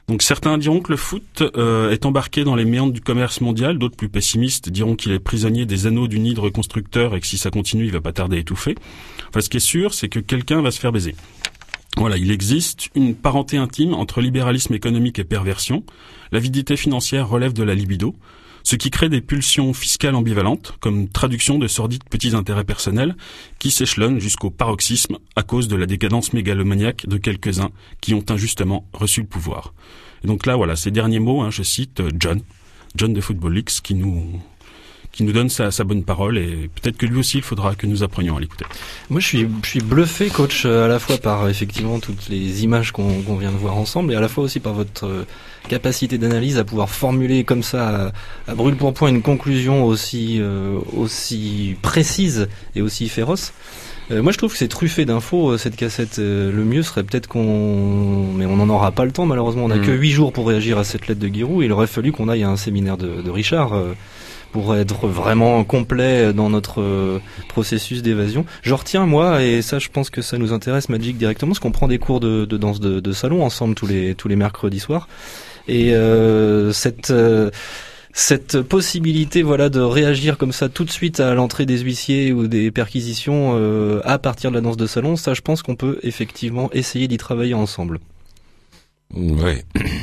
Donc certains diront que le foot est embarqué dans les méandres du commerce mondial, d'autres plus pessimistes diront qu'il est prisonnier des anneaux du nid de reconstructeur et que si ça continue, il va pas tarder à étouffer. Enfin, ce qui est sûr, c'est que quelqu'un va se faire baiser. Voilà, il existe une parenté intime entre libéralisme économique et perversion. L'avidité financière relève de la libido, ce qui crée des pulsions fiscales ambivalentes, comme traduction de sordides petits intérêts personnels, qui s'échelonnent jusqu'au paroxysme à cause de la décadence mégalomaniaque de quelques-uns qui ont injustement reçu le pouvoir. Et donc là, voilà, ces derniers mots, je cite John de Football Leaks, qui nous donne sa bonne parole, et peut-être que lui aussi il faudra que nous apprenions à l'écouter. Moi je suis bluffé, coach, à la fois par effectivement toutes les images qu'on vient de voir ensemble, et à la fois aussi par votre capacité d'analyse à pouvoir formuler comme ça à brûle-pourpoint une conclusion aussi précise et aussi féroce. Moi je trouve que c'est truffé d'infos cette cassette. Le mieux serait peut-être mais on n'en aura pas le temps malheureusement, on n'a que 8 jours pour réagir à cette lettre de Giroud, et il aurait fallu qu'on aille à un séminaire de Richard pour être vraiment complet dans notre processus d'évasion. Je retiens, moi, et ça je pense que ça nous intéresse, Magic, directement, parce qu'on prend des cours de danse de salon ensemble tous les mercredis soirs, et cette possibilité, voilà, de réagir comme ça tout de suite à l'entrée des huissiers ou des perquisitions à partir de la danse de salon, ça je pense qu'on peut effectivement essayer d'y travailler ensemble. Ouais.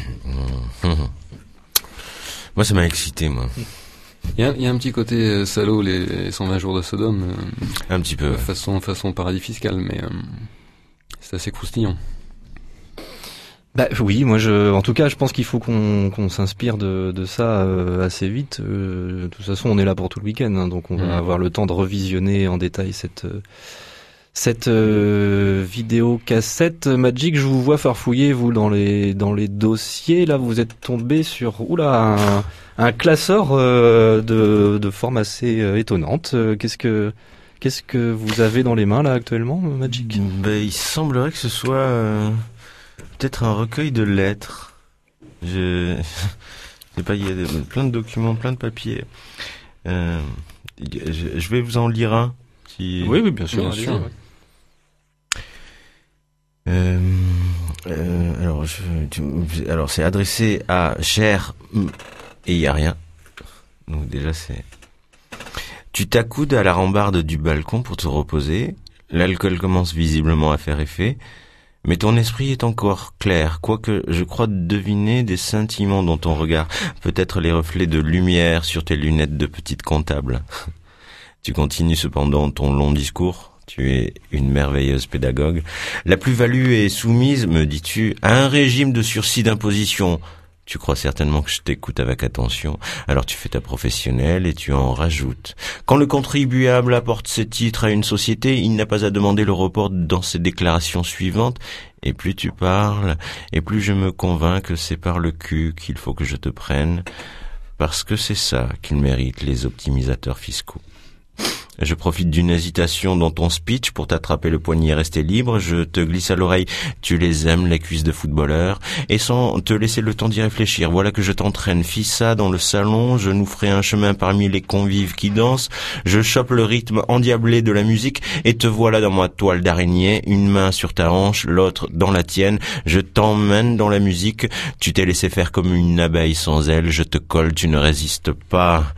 Moi ça m'a excité, moi. Il y a un petit côté salaud, les 120 jours de Sodome. Un petit peu. Façon paradis fiscal, mais c'est assez croustillant. Bah oui, moi en tout cas, je pense qu'il faut qu'on s'inspire de ça assez vite. De toute façon, on est là pour tout le week-end, donc on va avoir le temps de revisionner en détail cette vidéo cassette. Magic, je vous vois farfouiller vous dans les dossiers. Là, vous êtes tombé sur un classeur de forme assez étonnante. Qu'est-ce que vous avez dans les mains là actuellement, Magic? Il semblerait que ce soit peut-être un recueil de lettres. Je sais pas, il y a plein de documents, plein de papiers. Je vais vous en lire un. Oui, bien sûr. Alors c'est adressé à Cher et il y a rien. Donc déjà c'est. Tu t'accoudes à la rambarde du balcon pour te reposer. L'alcool commence visiblement à faire effet, mais ton esprit est encore clair, quoique je crois deviner des scintillements dans ton regard, peut-être les reflets de lumière sur tes lunettes de petite comptable. Tu continues cependant ton long discours. Tu es une merveilleuse pédagogue. La plus-value est soumise, me dis-tu, à un régime de sursis d'imposition. Tu crois certainement que je t'écoute avec attention. Alors tu fais ta professionnelle et tu en rajoutes. Quand le contribuable apporte ses titres à une société, il n'a pas à demander le report dans ses déclarations suivantes. Et plus tu parles, et plus je me convainc que c'est par le cul qu'il faut que je te prenne, parce que c'est ça qu'ils méritent, les optimisateurs fiscaux. Je profite d'une hésitation dans ton speech pour t'attraper le poignet resté libre. Je te glisse à l'oreille. Tu les aimes, les cuisses de footballeurs. Et sans te laisser le temps d'y réfléchir, voilà que je t'entraîne. Fis ça dans le salon. Je nous ferai un chemin parmi les convives qui dansent. Je chope le rythme endiablé de la musique et te voilà dans ma toile d'araignée. Une main sur ta hanche, l'autre dans la tienne. Je t'emmène dans la musique. Tu t'es laissé faire comme une abeille sans aile. Je te colle, tu ne résistes pas.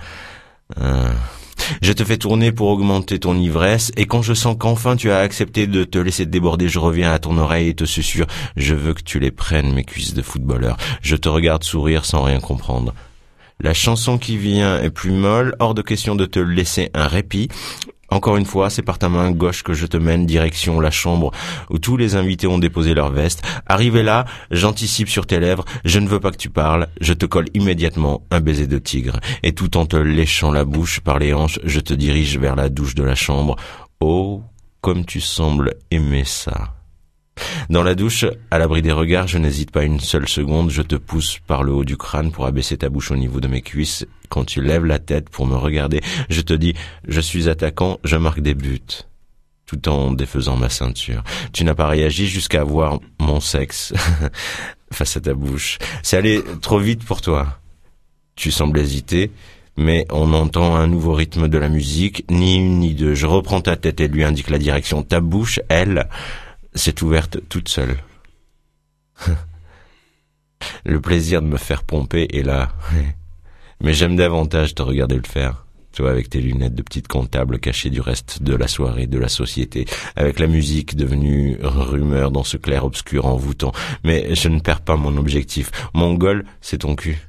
Je te fais tourner pour augmenter ton ivresse, et quand je sens qu'enfin tu as accepté de te laisser déborder, je reviens à ton oreille et te susurre. Je veux que tu les prennes, mes cuisses de footballeur. Je te regarde sourire sans rien comprendre. La chanson qui vient est plus molle, hors de question de te laisser un répit. Encore une fois, c'est par ta main gauche que je te mène direction la chambre où tous les invités ont déposé leur veste. Arrivé là, j'anticipe sur tes lèvres, je ne veux pas que tu parles, je te colle immédiatement un baiser de tigre. Et tout en te léchant la bouche par les hanches, je te dirige vers la douche de la chambre. Oh, comme tu sembles aimer ça. Dans la douche, à l'abri des regards, je n'hésite pas une seule seconde, je te pousse par le haut du crâne pour abaisser ta bouche au niveau de mes cuisses. Quand tu lèves la tête pour me regarder, je te dis, je suis attaquant, je marque des buts, tout en défaisant ma ceinture. Tu n'as pas réagi jusqu'à voir mon sexe face à ta bouche. C'est allé trop vite pour toi. Tu sembles hésiter, mais on entend un nouveau rythme de la musique, ni une ni deux. Je reprends ta tête et lui indique la direction. Ta bouche, elle, s'est ouverte toute seule. Le plaisir de me faire pomper est là. Mais j'aime davantage te regarder le faire. Toi avec tes lunettes de petite comptable cachées du reste de la soirée, de la société, avec la musique devenue rumeur dans ce clair-obscur envoûtant. Mais je ne perds pas mon objectif. Mon goal, c'est ton cul.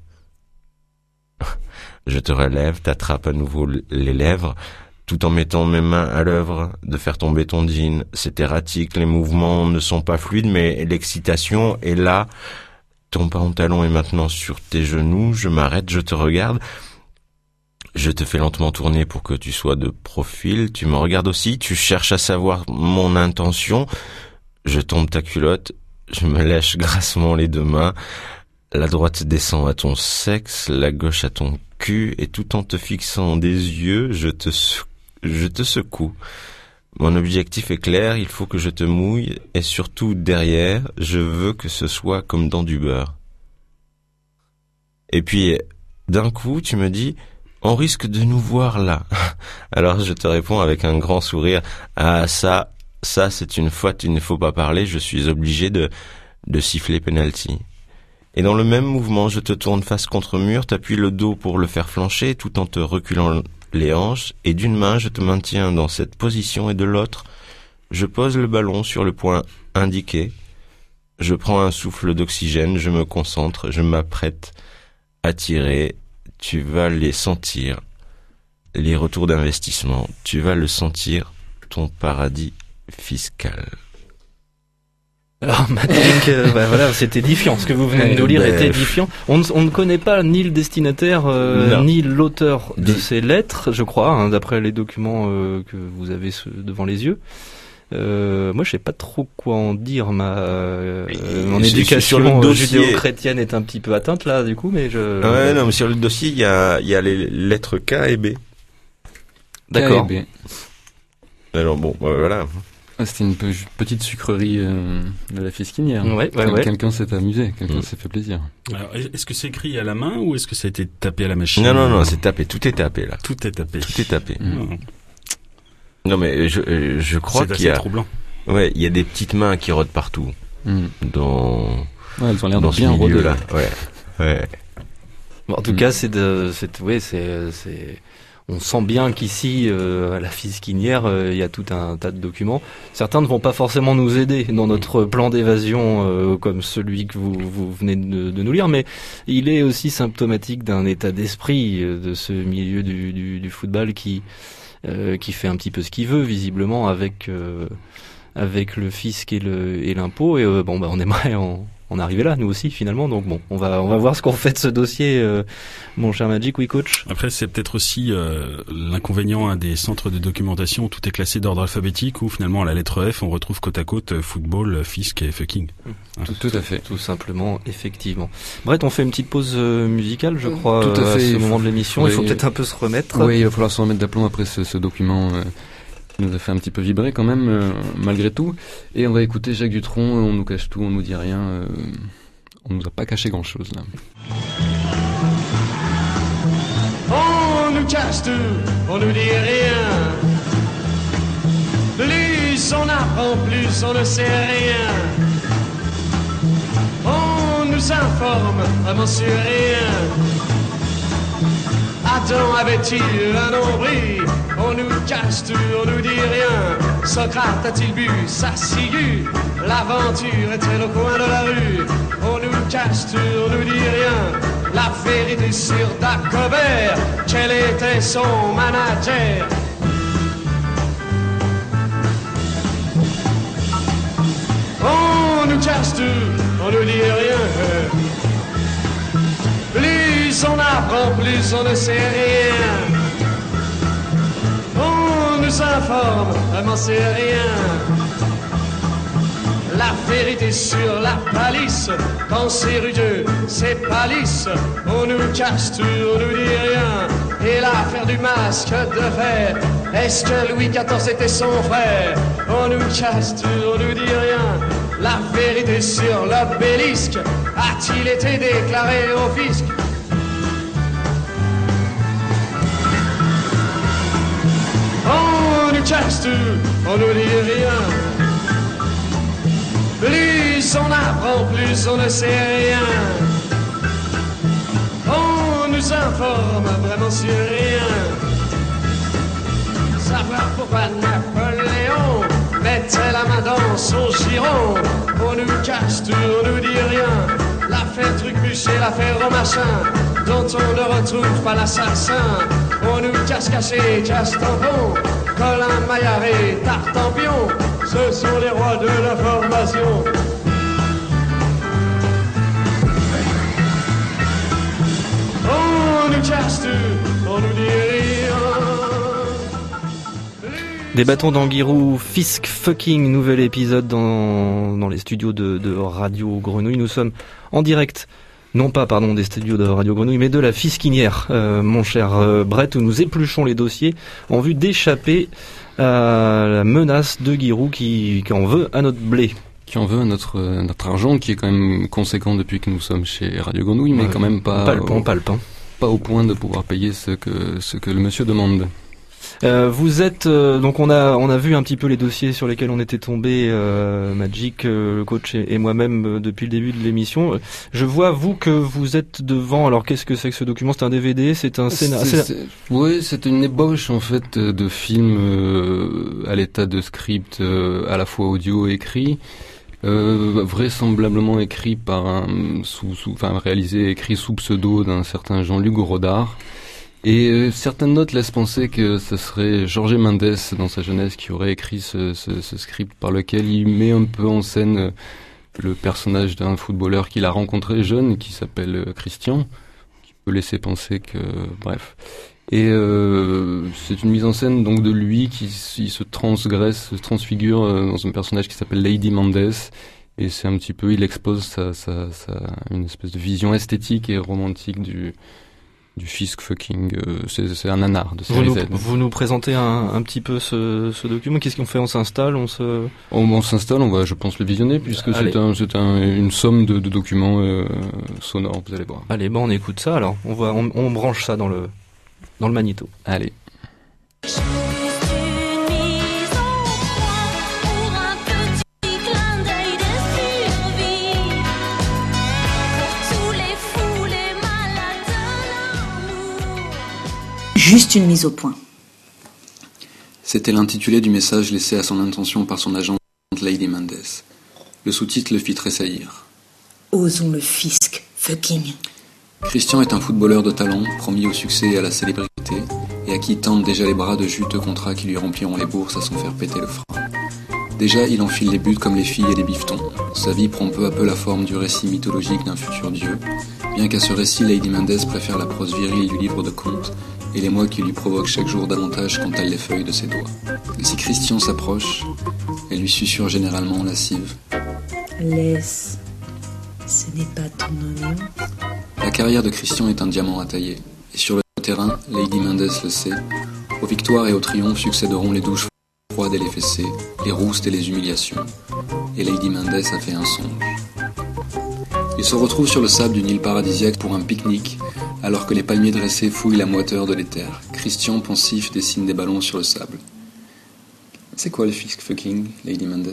Je te relève, t'attrape à nouveau les lèvres, tout en mettant mes mains à l'œuvre de faire tomber ton jean. C'est erratique, les mouvements ne sont pas fluides, mais l'excitation est là. Ton pantalon est maintenant sur tes genoux, je m'arrête, je te regarde. Je te fais lentement tourner pour que tu sois de profil. Tu me regardes aussi, tu cherches à savoir mon intention. Je tombe ta culotte, je me lèche grassement les deux mains. La droite descend à ton sexe, la gauche à ton cul, et tout en te fixant des yeux, je te secoue. Mon objectif est clair, il faut que je te mouille, et surtout derrière, je veux que ce soit comme dans du beurre. Et puis, d'un coup, tu me dis... On risque de nous voir là. Alors je te réponds avec un grand sourire. Ah ça c'est une faute, il ne faut pas parler, je suis obligé de siffler penalty. Et dans le même mouvement, je te tourne face contre mur, t'appuies le dos pour le faire flancher tout en te reculant les hanches, et d'une main je te maintiens dans cette position et de l'autre, je pose le ballon sur le point indiqué. Je prends un souffle d'oxygène, je me concentre, je m'apprête à tirer. Tu vas les sentir, les retours d'investissement. Tu vas le sentir, ton paradis fiscal. Alors, Magic, voilà, c'est édifiant. Ce que vous venez de nous lire est édifiant. On ne connaît pas ni le destinataire, ni l'auteur de ces lettres, je crois, hein, d'après les documents que vous avez devant les yeux. Moi, je sais pas trop quoi en dire. Mon éducation judéo-chrétienne est un petit peu atteinte là, du coup, mais Ouais, non, mais sur le dossier, il y a les lettres K et B. D'accord. K et B. Alors bon, voilà. Ah, c'était une petite sucrerie de la Fisquinière. Ouais. Quelqu'un s'est amusé, quelqu'un s'est fait plaisir. Alors, est-ce que c'est écrit à la main ou est-ce que ça a été tapé à la machine? Non, c'est tapé. Tout est tapé là. Tout est tapé. Tout est tapé. Non mais je crois qu'il y a. Troublant. Ouais, il y a des petites mains qui rôdent partout. Dans. Ouais, elles ont l'air dans de bien ce milieu rôder là. Ouais. Bon, en tout cas, c'est on sent bien qu'ici, à la Fisquinière, il y a tout un tas de documents. Certains ne vont pas forcément nous aider dans notre plan d'évasion, comme celui que vous venez de nous lire, mais il est aussi symptomatique d'un état d'esprit de ce milieu du football qui fait un petit peu ce qu'il veut, visiblement, avec le fisc et l'impôt. Et on aimerait en arriver là, nous aussi, finalement. Donc bon, on va voir ce qu'on fait de ce dossier, mon cher Magic. Oui, coach. Après, c'est peut-être aussi l'inconvénient des centres de documentation où tout est classé d'ordre alphabétique, où finalement à la lettre F, on retrouve côte à côte football, fisc et fucking. Tout à fait. Tout simplement, effectivement. Brett, on fait une petite pause musicale, je crois, tout à fait, ce moment de l'émission. Oui, il faut peut-être un peu se remettre. Oui, il va falloir se remettre d'aplomb après ce document qui nous a fait un petit peu vibrer quand même, malgré tout. Et on va écouter Jacques Dutronc, on nous cache tout, on nous dit rien. On nous a pas caché grand-chose là. On nous cache tout, on nous dit rien. Plus on apprend, plus on ne sait rien. On nous informe, vraiment sur rien. Adam avait-il un nombril? On nous cache tout, on nous dit rien. Socrate a-t-il bu sa ciguë? L'aventure est-elle au coin de la rue? On nous cache tout, on nous dit rien. La vérité sur Dagobert, quel était son manager? On nous cache tout, on nous dit rien. Plus on apprend, plus on ne sait rien. On nous informe, vraiment c'est rien. La vérité sur la palisse, quand c'est rugueux, c'est palisse. On nous cache tout, on nous dit rien. Et l'affaire du masque de fer, est-ce que Louis XIV était son frère? On nous cache tout, on nous dit rien. La vérité sur l'obélisque, a-t-il été déclaré au fisc? On nous cache tout, on nous dit rien. Plus on apprend, en plus on ne sait rien. On nous informe vraiment sur rien. Savoir pourquoi Napoléon mettait la main dans son giron. On nous cache tout, on nous dit rien. L'affaire Trucmuche et l'affaire Romachin, dont on ne retrouve pas l'assassin. On nous cache-caché, cache-tampon, Colin, Maillard et Tartampion. Ce sont les rois de l'information. On nous cache tout, on nous dit rien. Des bâtons d'Anguirou, Fisk Fucking, nouvel épisode dans les studios de Radio Grenouille. Nous sommes en direct, non pas des studios de Radio Grenouille, mais de la Fiskinière, mon cher Brett, où nous épluchons les dossiers en vue d'échapper à la menace de Giroud qui en veut à notre blé. Qui en veut à notre argent, qui est quand même conséquent depuis que nous sommes chez Radio Grenouille, mais quand même pas pas au point de pouvoir payer ce que le monsieur demande. Vous êtes donc on a vu un petit peu les dossiers sur lesquels on était tombé, Magic, le coach et moi-même depuis le début de l'émission. Je vois vous que vous êtes devant. Alors qu'est-ce que c'est que ce document? C'est un DVD? C'est un scénario? Oui, c'est une ébauche en fait de film à l'état de script à la fois audio et écrit. Vraisemblablement écrit par réalisé écrit sous pseudo d'un certain Jean-Luc Godard. Et certaines notes laissent penser que ce serait Jorge Mendes dans sa jeunesse qui aurait écrit ce script par lequel il met un peu en scène le personnage d'un footballeur qu'il a rencontré jeune qui s'appelle Christian, qui peut laisser penser que et c'est une mise en scène donc de lui qui se transfigure dans un personnage qui s'appelle Lady Mendes. Et c'est un petit peu, il expose une espèce de vision esthétique et romantique du Fisk Fucking, c'est un nanar de série Z. Vous nous présentez un petit peu ce document. Qu'est-ce qu'on fait? On s'installe, on s'installe, on va, je pense, le visionner puisque c'est une somme de documents sonores. Vous allez voir. Allez, on écoute ça. Alors, on branche ça dans le magnéto. Allez. Juste une mise au point. C'était l'intitulé du message laissé à son intention par son agente Lady Mendes. Le sous-titre le fit tressaillir. Osons le Fisk Fucking. Christian est un footballeur de talent, promis au succès et à la célébrité, et à qui tendent déjà les bras de juteux contrats qui lui rempliront les bourses à s'en faire péter le frein. Déjà, il enfile les buts comme les filles et les bifetons. Sa vie prend peu à peu la forme du récit mythologique d'un futur dieu, bien qu'à ce récit, Lady Mendes préfère la prose virile du livre de contes et les mots qui lui provoquent chaque jour davantage quand elle les feuille de ses doigts. Et si Christian s'approche, elle lui susurre généralement lascive. Laisse, ce n'est pas ton oignon. La carrière de Christian est un diamant à tailler. Et sur le terrain, Lady Mendes le sait, aux victoires et aux triomphes succéderont les douches froides et les fessées, les roustes et les humiliations. Et Lady Mendes a fait un songe. Ils se retrouvent sur le sable d'une île paradisiaque pour un pique-nique, alors que les palmiers dressés fouillent la moiteur de l'éther. Christian, pensif, dessine des ballons sur le sable. C'est quoi le Fisk Fucking, Lady Mendes?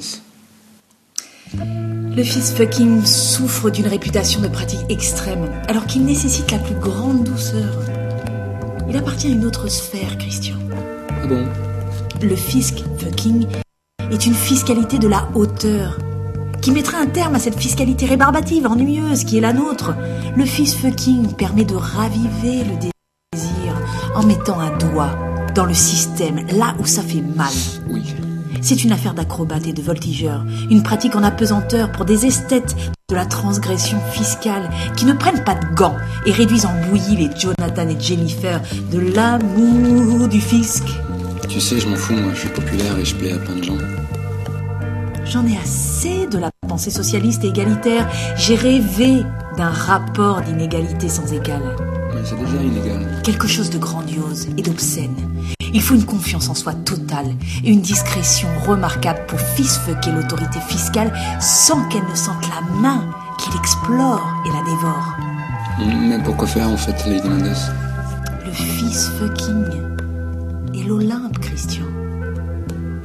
Le Fisk Fucking souffre d'une réputation de pratique extrême, alors qu'il nécessite la plus grande douceur. Il appartient à une autre sphère, Christian. Ah bon? Le Fisk Fucking est une fiscalité de la hauteur, qui mettra un terme à cette fiscalité rébarbative, ennuyeuse, qui est la nôtre. Le Fisk Fucking permet de raviver le désir en mettant un doigt dans le système, là où ça fait mal. Oui. C'est une affaire d'acrobates et de voltigeurs, une pratique en apesanteur pour des esthètes de la transgression fiscale qui ne prennent pas de gants et réduisent en bouillie les Jonathan et Jennifer de l'amour du fisc. Tu sais, je m'en fous, moi, je suis populaire et je plais à plein de gens. J'en ai assez de la pensée socialiste et égalitaire. J'ai rêvé d'un rapport d'inégalité sans égal. Mais c'est déjà inégal. Quelque chose de grandiose et d'obscène. Il faut une confiance en soi totale et une discrétion remarquable pour fistfucker l'autorité fiscale sans qu'elle ne sente la main qui l'explore et la dévore. Mais pourquoi faire en fait, Lady Mendes? Le fistfucking est l'Olympe, Christian.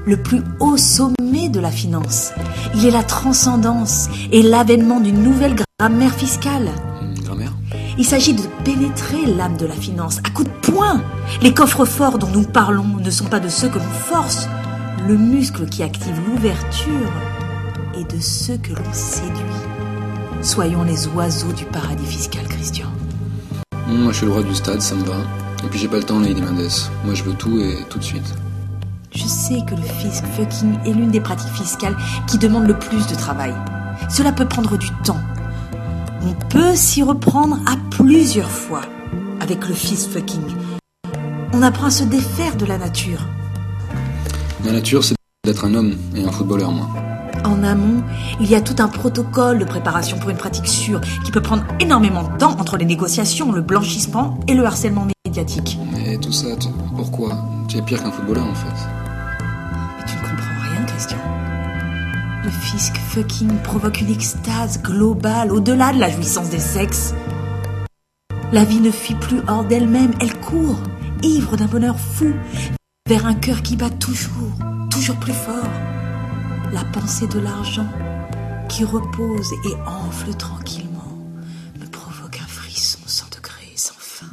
le plus haut sommet de la finance. Il est la transcendance et l'avènement d'une nouvelle grammaire fiscale. Grammaire ? Il s'agit de pénétrer l'âme de la finance à coups de poing. Les coffres-forts dont nous parlons ne sont pas de ceux que l'on force, le muscle qui active l'ouverture est de ceux que l'on séduit. Soyons les oiseaux du paradis fiscal, Christian. Moi, je suis le roi du stade, ça me va. Et puis j'ai pas le temps, Lady Mendes. Moi, je veux tout et tout de suite. Je sais que le fisc fucking est l'une des pratiques fiscales qui demande le plus de travail. Cela peut prendre du temps. On peut s'y reprendre à plusieurs fois. Avec le fisc fucking, on apprend à se défaire de la nature. Ma nature, c'est d'être un homme et un footballeur, moi. En amont, il y a tout un protocole de préparation pour une pratique sûre qui peut prendre énormément de temps entre les négociations, le blanchissement et le harcèlement médiatique. Mais tout ça, pourquoi ? Tu es pire qu'un footballeur, en fait. Mais tu ne comprends rien, Christian. Le fisc fucking provoque une extase globale au-delà de la jouissance des sexes. La vie ne fuit plus hors d'elle-même, elle court, ivre d'un bonheur fou, vers un cœur qui bat toujours, toujours plus fort. La pensée de l'argent qui repose et enfle tranquillement me provoque un frisson sans degré et sans fin.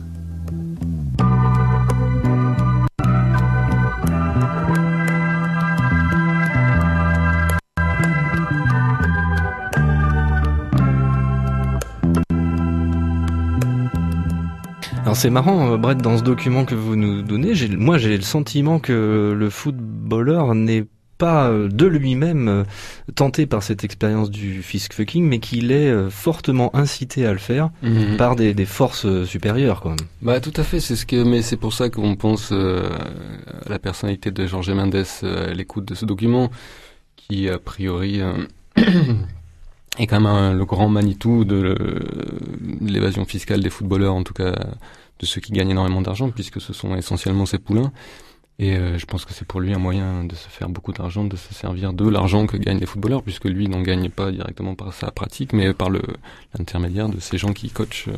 Alors c'est marrant, Brett, dans ce document que vous nous donnez, j'ai le sentiment que le footballeur n'est pas de lui-même tenté par cette expérience du fisc fucking, mais qu'il est fortement incité à le faire par des forces supérieures, quand même. Bah tout à fait, mais c'est pour ça qu'on pense à la personnalité de Jorge Mendes à l'écoute de ce document, qui a priori est quand même le grand Manitou de l'évasion fiscale des footballeurs, en tout cas de ceux qui gagnent énormément d'argent, puisque ce sont essentiellement ses poulains. Et je pense que c'est pour lui un moyen de se faire beaucoup d'argent, de se servir de l'argent que gagnent les footballeurs, puisque lui n'en gagne pas directement par sa pratique, mais par l'intermédiaire de ces gens qui coachent.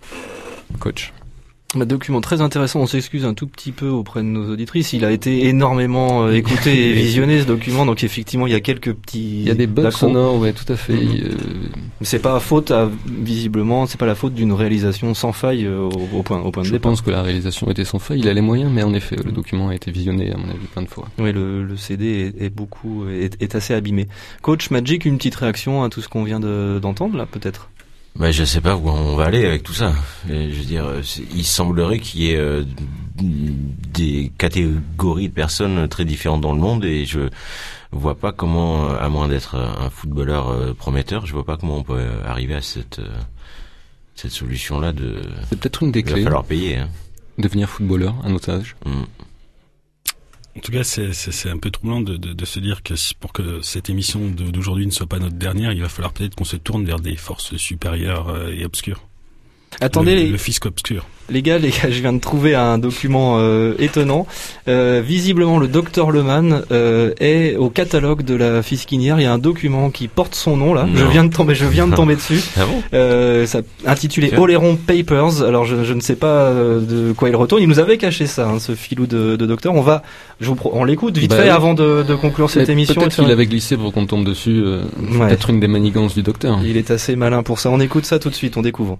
Un document très intéressant, on s'excuse un tout petit peu auprès de nos auditrices, il a été énormément écouté et visionné ce document, donc effectivement il y a quelques petits... Il y a des bugs sonores, ouais, tout à fait. C'est pas visiblement, c'est pas la faute d'une réalisation sans faille au point de départ. Je pense que la réalisation était sans faille, il a les moyens, mais en effet, le document a été visionné à mon avis plein de fois. Oui, le CD est assez abîmé. Coach Magic, une petite réaction à tout ce qu'on vient d'entendre là, peut-être? Bah, je sais pas où on va aller avec tout ça. Et, je veux dire, il semblerait qu'il y ait des catégories de personnes très différentes dans le monde, et je vois pas comment, à moins d'être un footballeur prometteur, je vois pas comment on peut arriver à cette solution-là c'est peut-être une des clés. Il va falloir payer. Hein. Devenir footballeur à notre âge. En tout cas, c'est un peu troublant de se dire que pour que cette émission d'aujourd'hui ne soit pas notre dernière, il va falloir peut-être qu'on se tourne vers des forces supérieures et obscures. Attendez, le fisc obscur. Les gars, je viens de trouver un document étonnant. Visiblement, le docteur Leman est au catalogue de la fisquinière. Il y a un document qui porte son nom là. Non. Je viens de tomber dessus. Ah bon? Ça intitulé Oléron Papers. Alors je ne sais pas de quoi il retourne. Il nous avait caché ça, ce filou de docteur. On l'écoute vite fait avant de conclure cette émission. Peut-être qu'il avait glissé pour qu'on tombe dessus. Peut-être une des manigances du docteur. Il est assez malin pour ça. On écoute ça tout de suite. On découvre.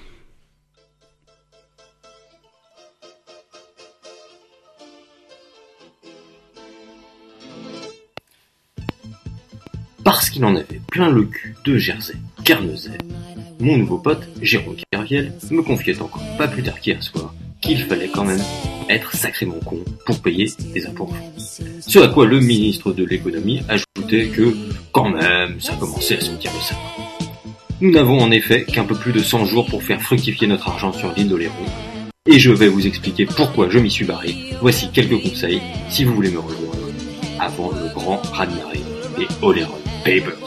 Parce qu'il en avait plein le cul de Jersey, Guernesey, mon nouveau pote, Jérôme Kerviel, me confiait encore pas plus tard qu'hier soir qu'il fallait quand même être sacrément con pour payer des impôts. Ce à quoi le ministre de l'économie ajoutait que, quand même, ça commençait à sentir le sapin. Nous n'avons en effet qu'un peu plus de 100 jours pour faire fructifier notre argent sur l'île d'Oléron, et je vais vous expliquer pourquoi je m'y suis barré. Voici quelques conseils si vous voulez me rejoindre avant le grand raz-de-marée des Oléron Papers.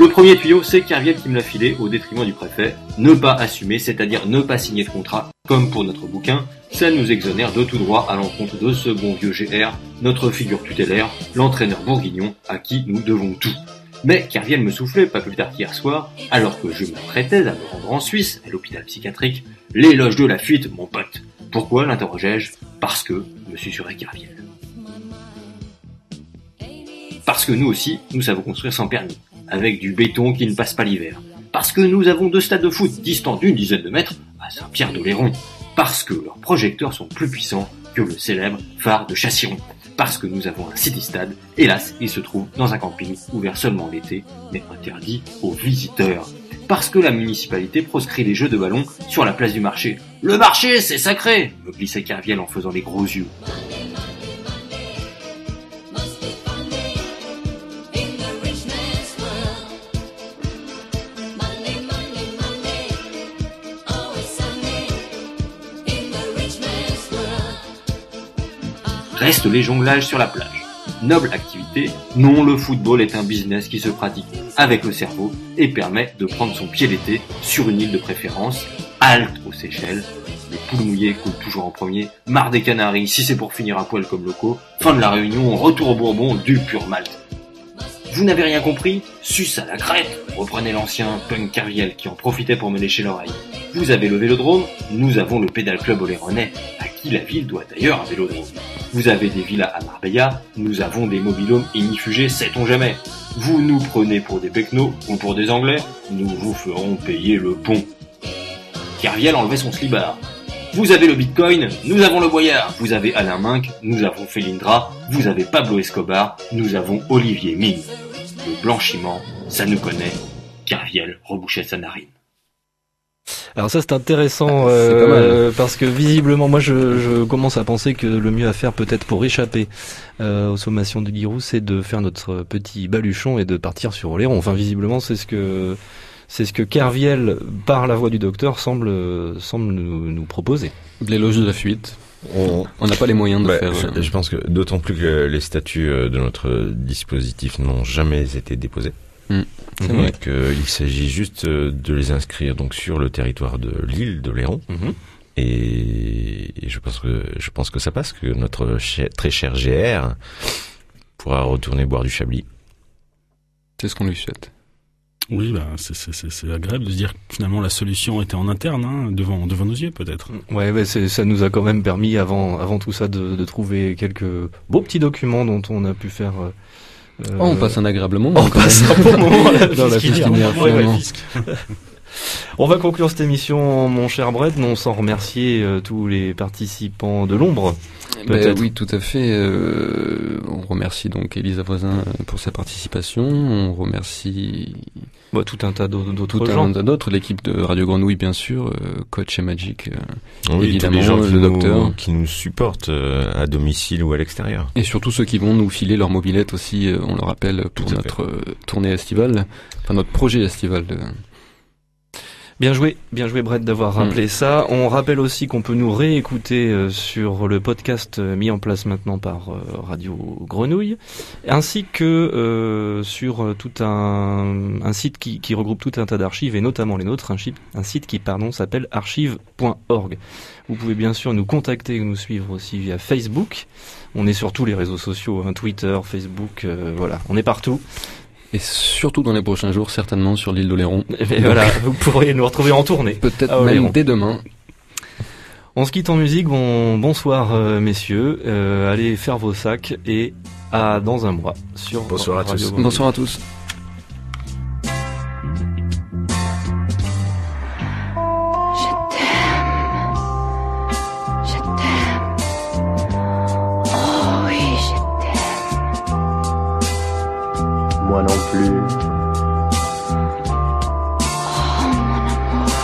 Le premier tuyau, c'est Kerviel qui me l'a filé au détriment du préfet. Ne pas assumer, c'est-à-dire ne pas signer de contrat, comme pour notre bouquin, ça nous exonère de tout droit à l'encontre de ce bon vieux GR, notre figure tutélaire, l'entraîneur bourguignon, à qui nous devons tout. Mais Kerviel me soufflait, pas plus tard qu'hier soir, alors que je m'apprêtais à me rendre en Suisse, à l'hôpital psychiatrique, l'éloge de la fuite, mon pote. Pourquoi, l'interrogeai-je? Parce que, me susurrait Kerviel. Parce que nous aussi, nous savons construire sans permis, avec du béton qui ne passe pas l'hiver. Parce que nous avons 2 stades de foot distants d'une dizaine de mètres à Saint-Pierre-d'Oléron. Parce que leurs projecteurs sont plus puissants que le célèbre phare de Chassiron. Parce que nous avons un city-stade, hélas, il se trouve dans un camping ouvert seulement l'été, mais interdit aux visiteurs. Parce que la municipalité proscrit les jeux de ballon sur la place du marché. Le marché, c'est sacré, me glissait Kerviel en faisant les gros yeux. Restent les jonglages sur la plage. Noble activité, non, le football est un business qui se pratique avec le cerveau et permet de prendre son pied l'été sur une île de préférence, halte aux Seychelles. Les poules mouillées coulent toujours en premier, marre des Canaries, si c'est pour finir à poil comme locaux, fin de la Réunion, retour au Bourbon, du pur Malte. Vous n'avez rien compris? Suce à la crête, reprenait l'ancien punk Kerviel qui en profitait pour me lécher l'oreille. Vous avez le vélodrome, nous avons le pédal club oléronais, à qui la ville doit d'ailleurs un vélodrome. Vous avez des villas à Marbella, nous avons des mobilhomes ignifugés, sait-on jamais. Vous nous prenez pour des pecnos ou pour des Anglais, nous vous ferons payer le pont. Kerviel enlevait son slibard. Vous avez le bitcoin, nous avons le boyard. Vous avez Alain Minck, nous avons Felindra. Vous avez Pablo Escobar, nous avons Olivier Mine. Le blanchiment, ça nous connaît. Kerviel rebouchait sa narine. Alors ça c'est intéressant parce que visiblement moi je commence à penser que le mieux à faire peut-être pour échapper aux sommations de Giroud, c'est de faire notre petit baluchon et de partir sur Oléron. Enfin visiblement c'est ce que Kerviel par la voix du docteur semble nous proposer. L'éloge de la fuite. On n'a pas les moyens de faire. Je pense que d'autant plus que les statuts de notre dispositif n'ont jamais été déposés. C'est vrai. Donc il s'agit juste de les inscrire donc sur le territoire de l'île d'Oléron. Et je pense que ça passe, que notre très cher GR pourra retourner boire du Chablis. C'est ce qu'on lui souhaite. Oui, c'est agréable de se dire que finalement la solution était en interne, devant nos yeux peut-être. Ouais, ça nous a quand même permis avant tout ça de trouver quelques beaux petits documents dont on a pu faire. On passe un agréable moment. On passe un bon moment dans la fiscalière. On va conclure cette émission, mon cher Brett, non sans remercier tous les participants de l'ombre. Oui, tout à fait. On remercie donc Elisa Voisin pour sa participation. On remercie tout un tas d'autres gens. L'équipe de Radio Grenouille, bien sûr, Coach et Magic, évidemment, tous les gens le docteur. Qui nous supportent à domicile ou à l'extérieur. Et surtout ceux qui vont nous filer leur mobilette aussi, on le rappelle, pour notre tournée estivale, enfin notre projet estival. Bien joué Brett d'avoir rappelé ça. On rappelle aussi qu'on peut nous réécouter sur le podcast mis en place maintenant par Radio Grenouille, ainsi que sur tout un site qui regroupe tout un tas d'archives, et notamment les nôtres, un site qui s'appelle archive.org. Vous pouvez bien sûr nous contacter ou nous suivre aussi via Facebook. On est sur tous les réseaux sociaux, Twitter, Facebook, voilà, on est partout. Et surtout dans les prochains jours, certainement sur l'île d'Oléron. Et voilà, vous pourrez nous retrouver en tournée. Peut-être même dès demain. On se quitte en musique. Bonsoir messieurs. Allez faire vos sacs et à dans un mois sur Bonsoir à tous. Bonsoir à tous. Moi non plus. Oh mon amour.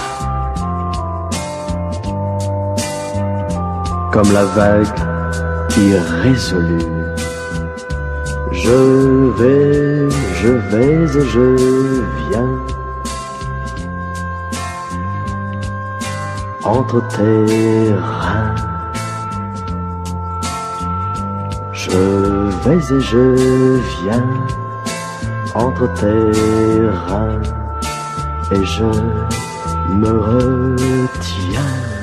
Comme la vague irrésolue, je vais et je viens entre tes reins. Je vais et je viens entre tes reins et je me retiens.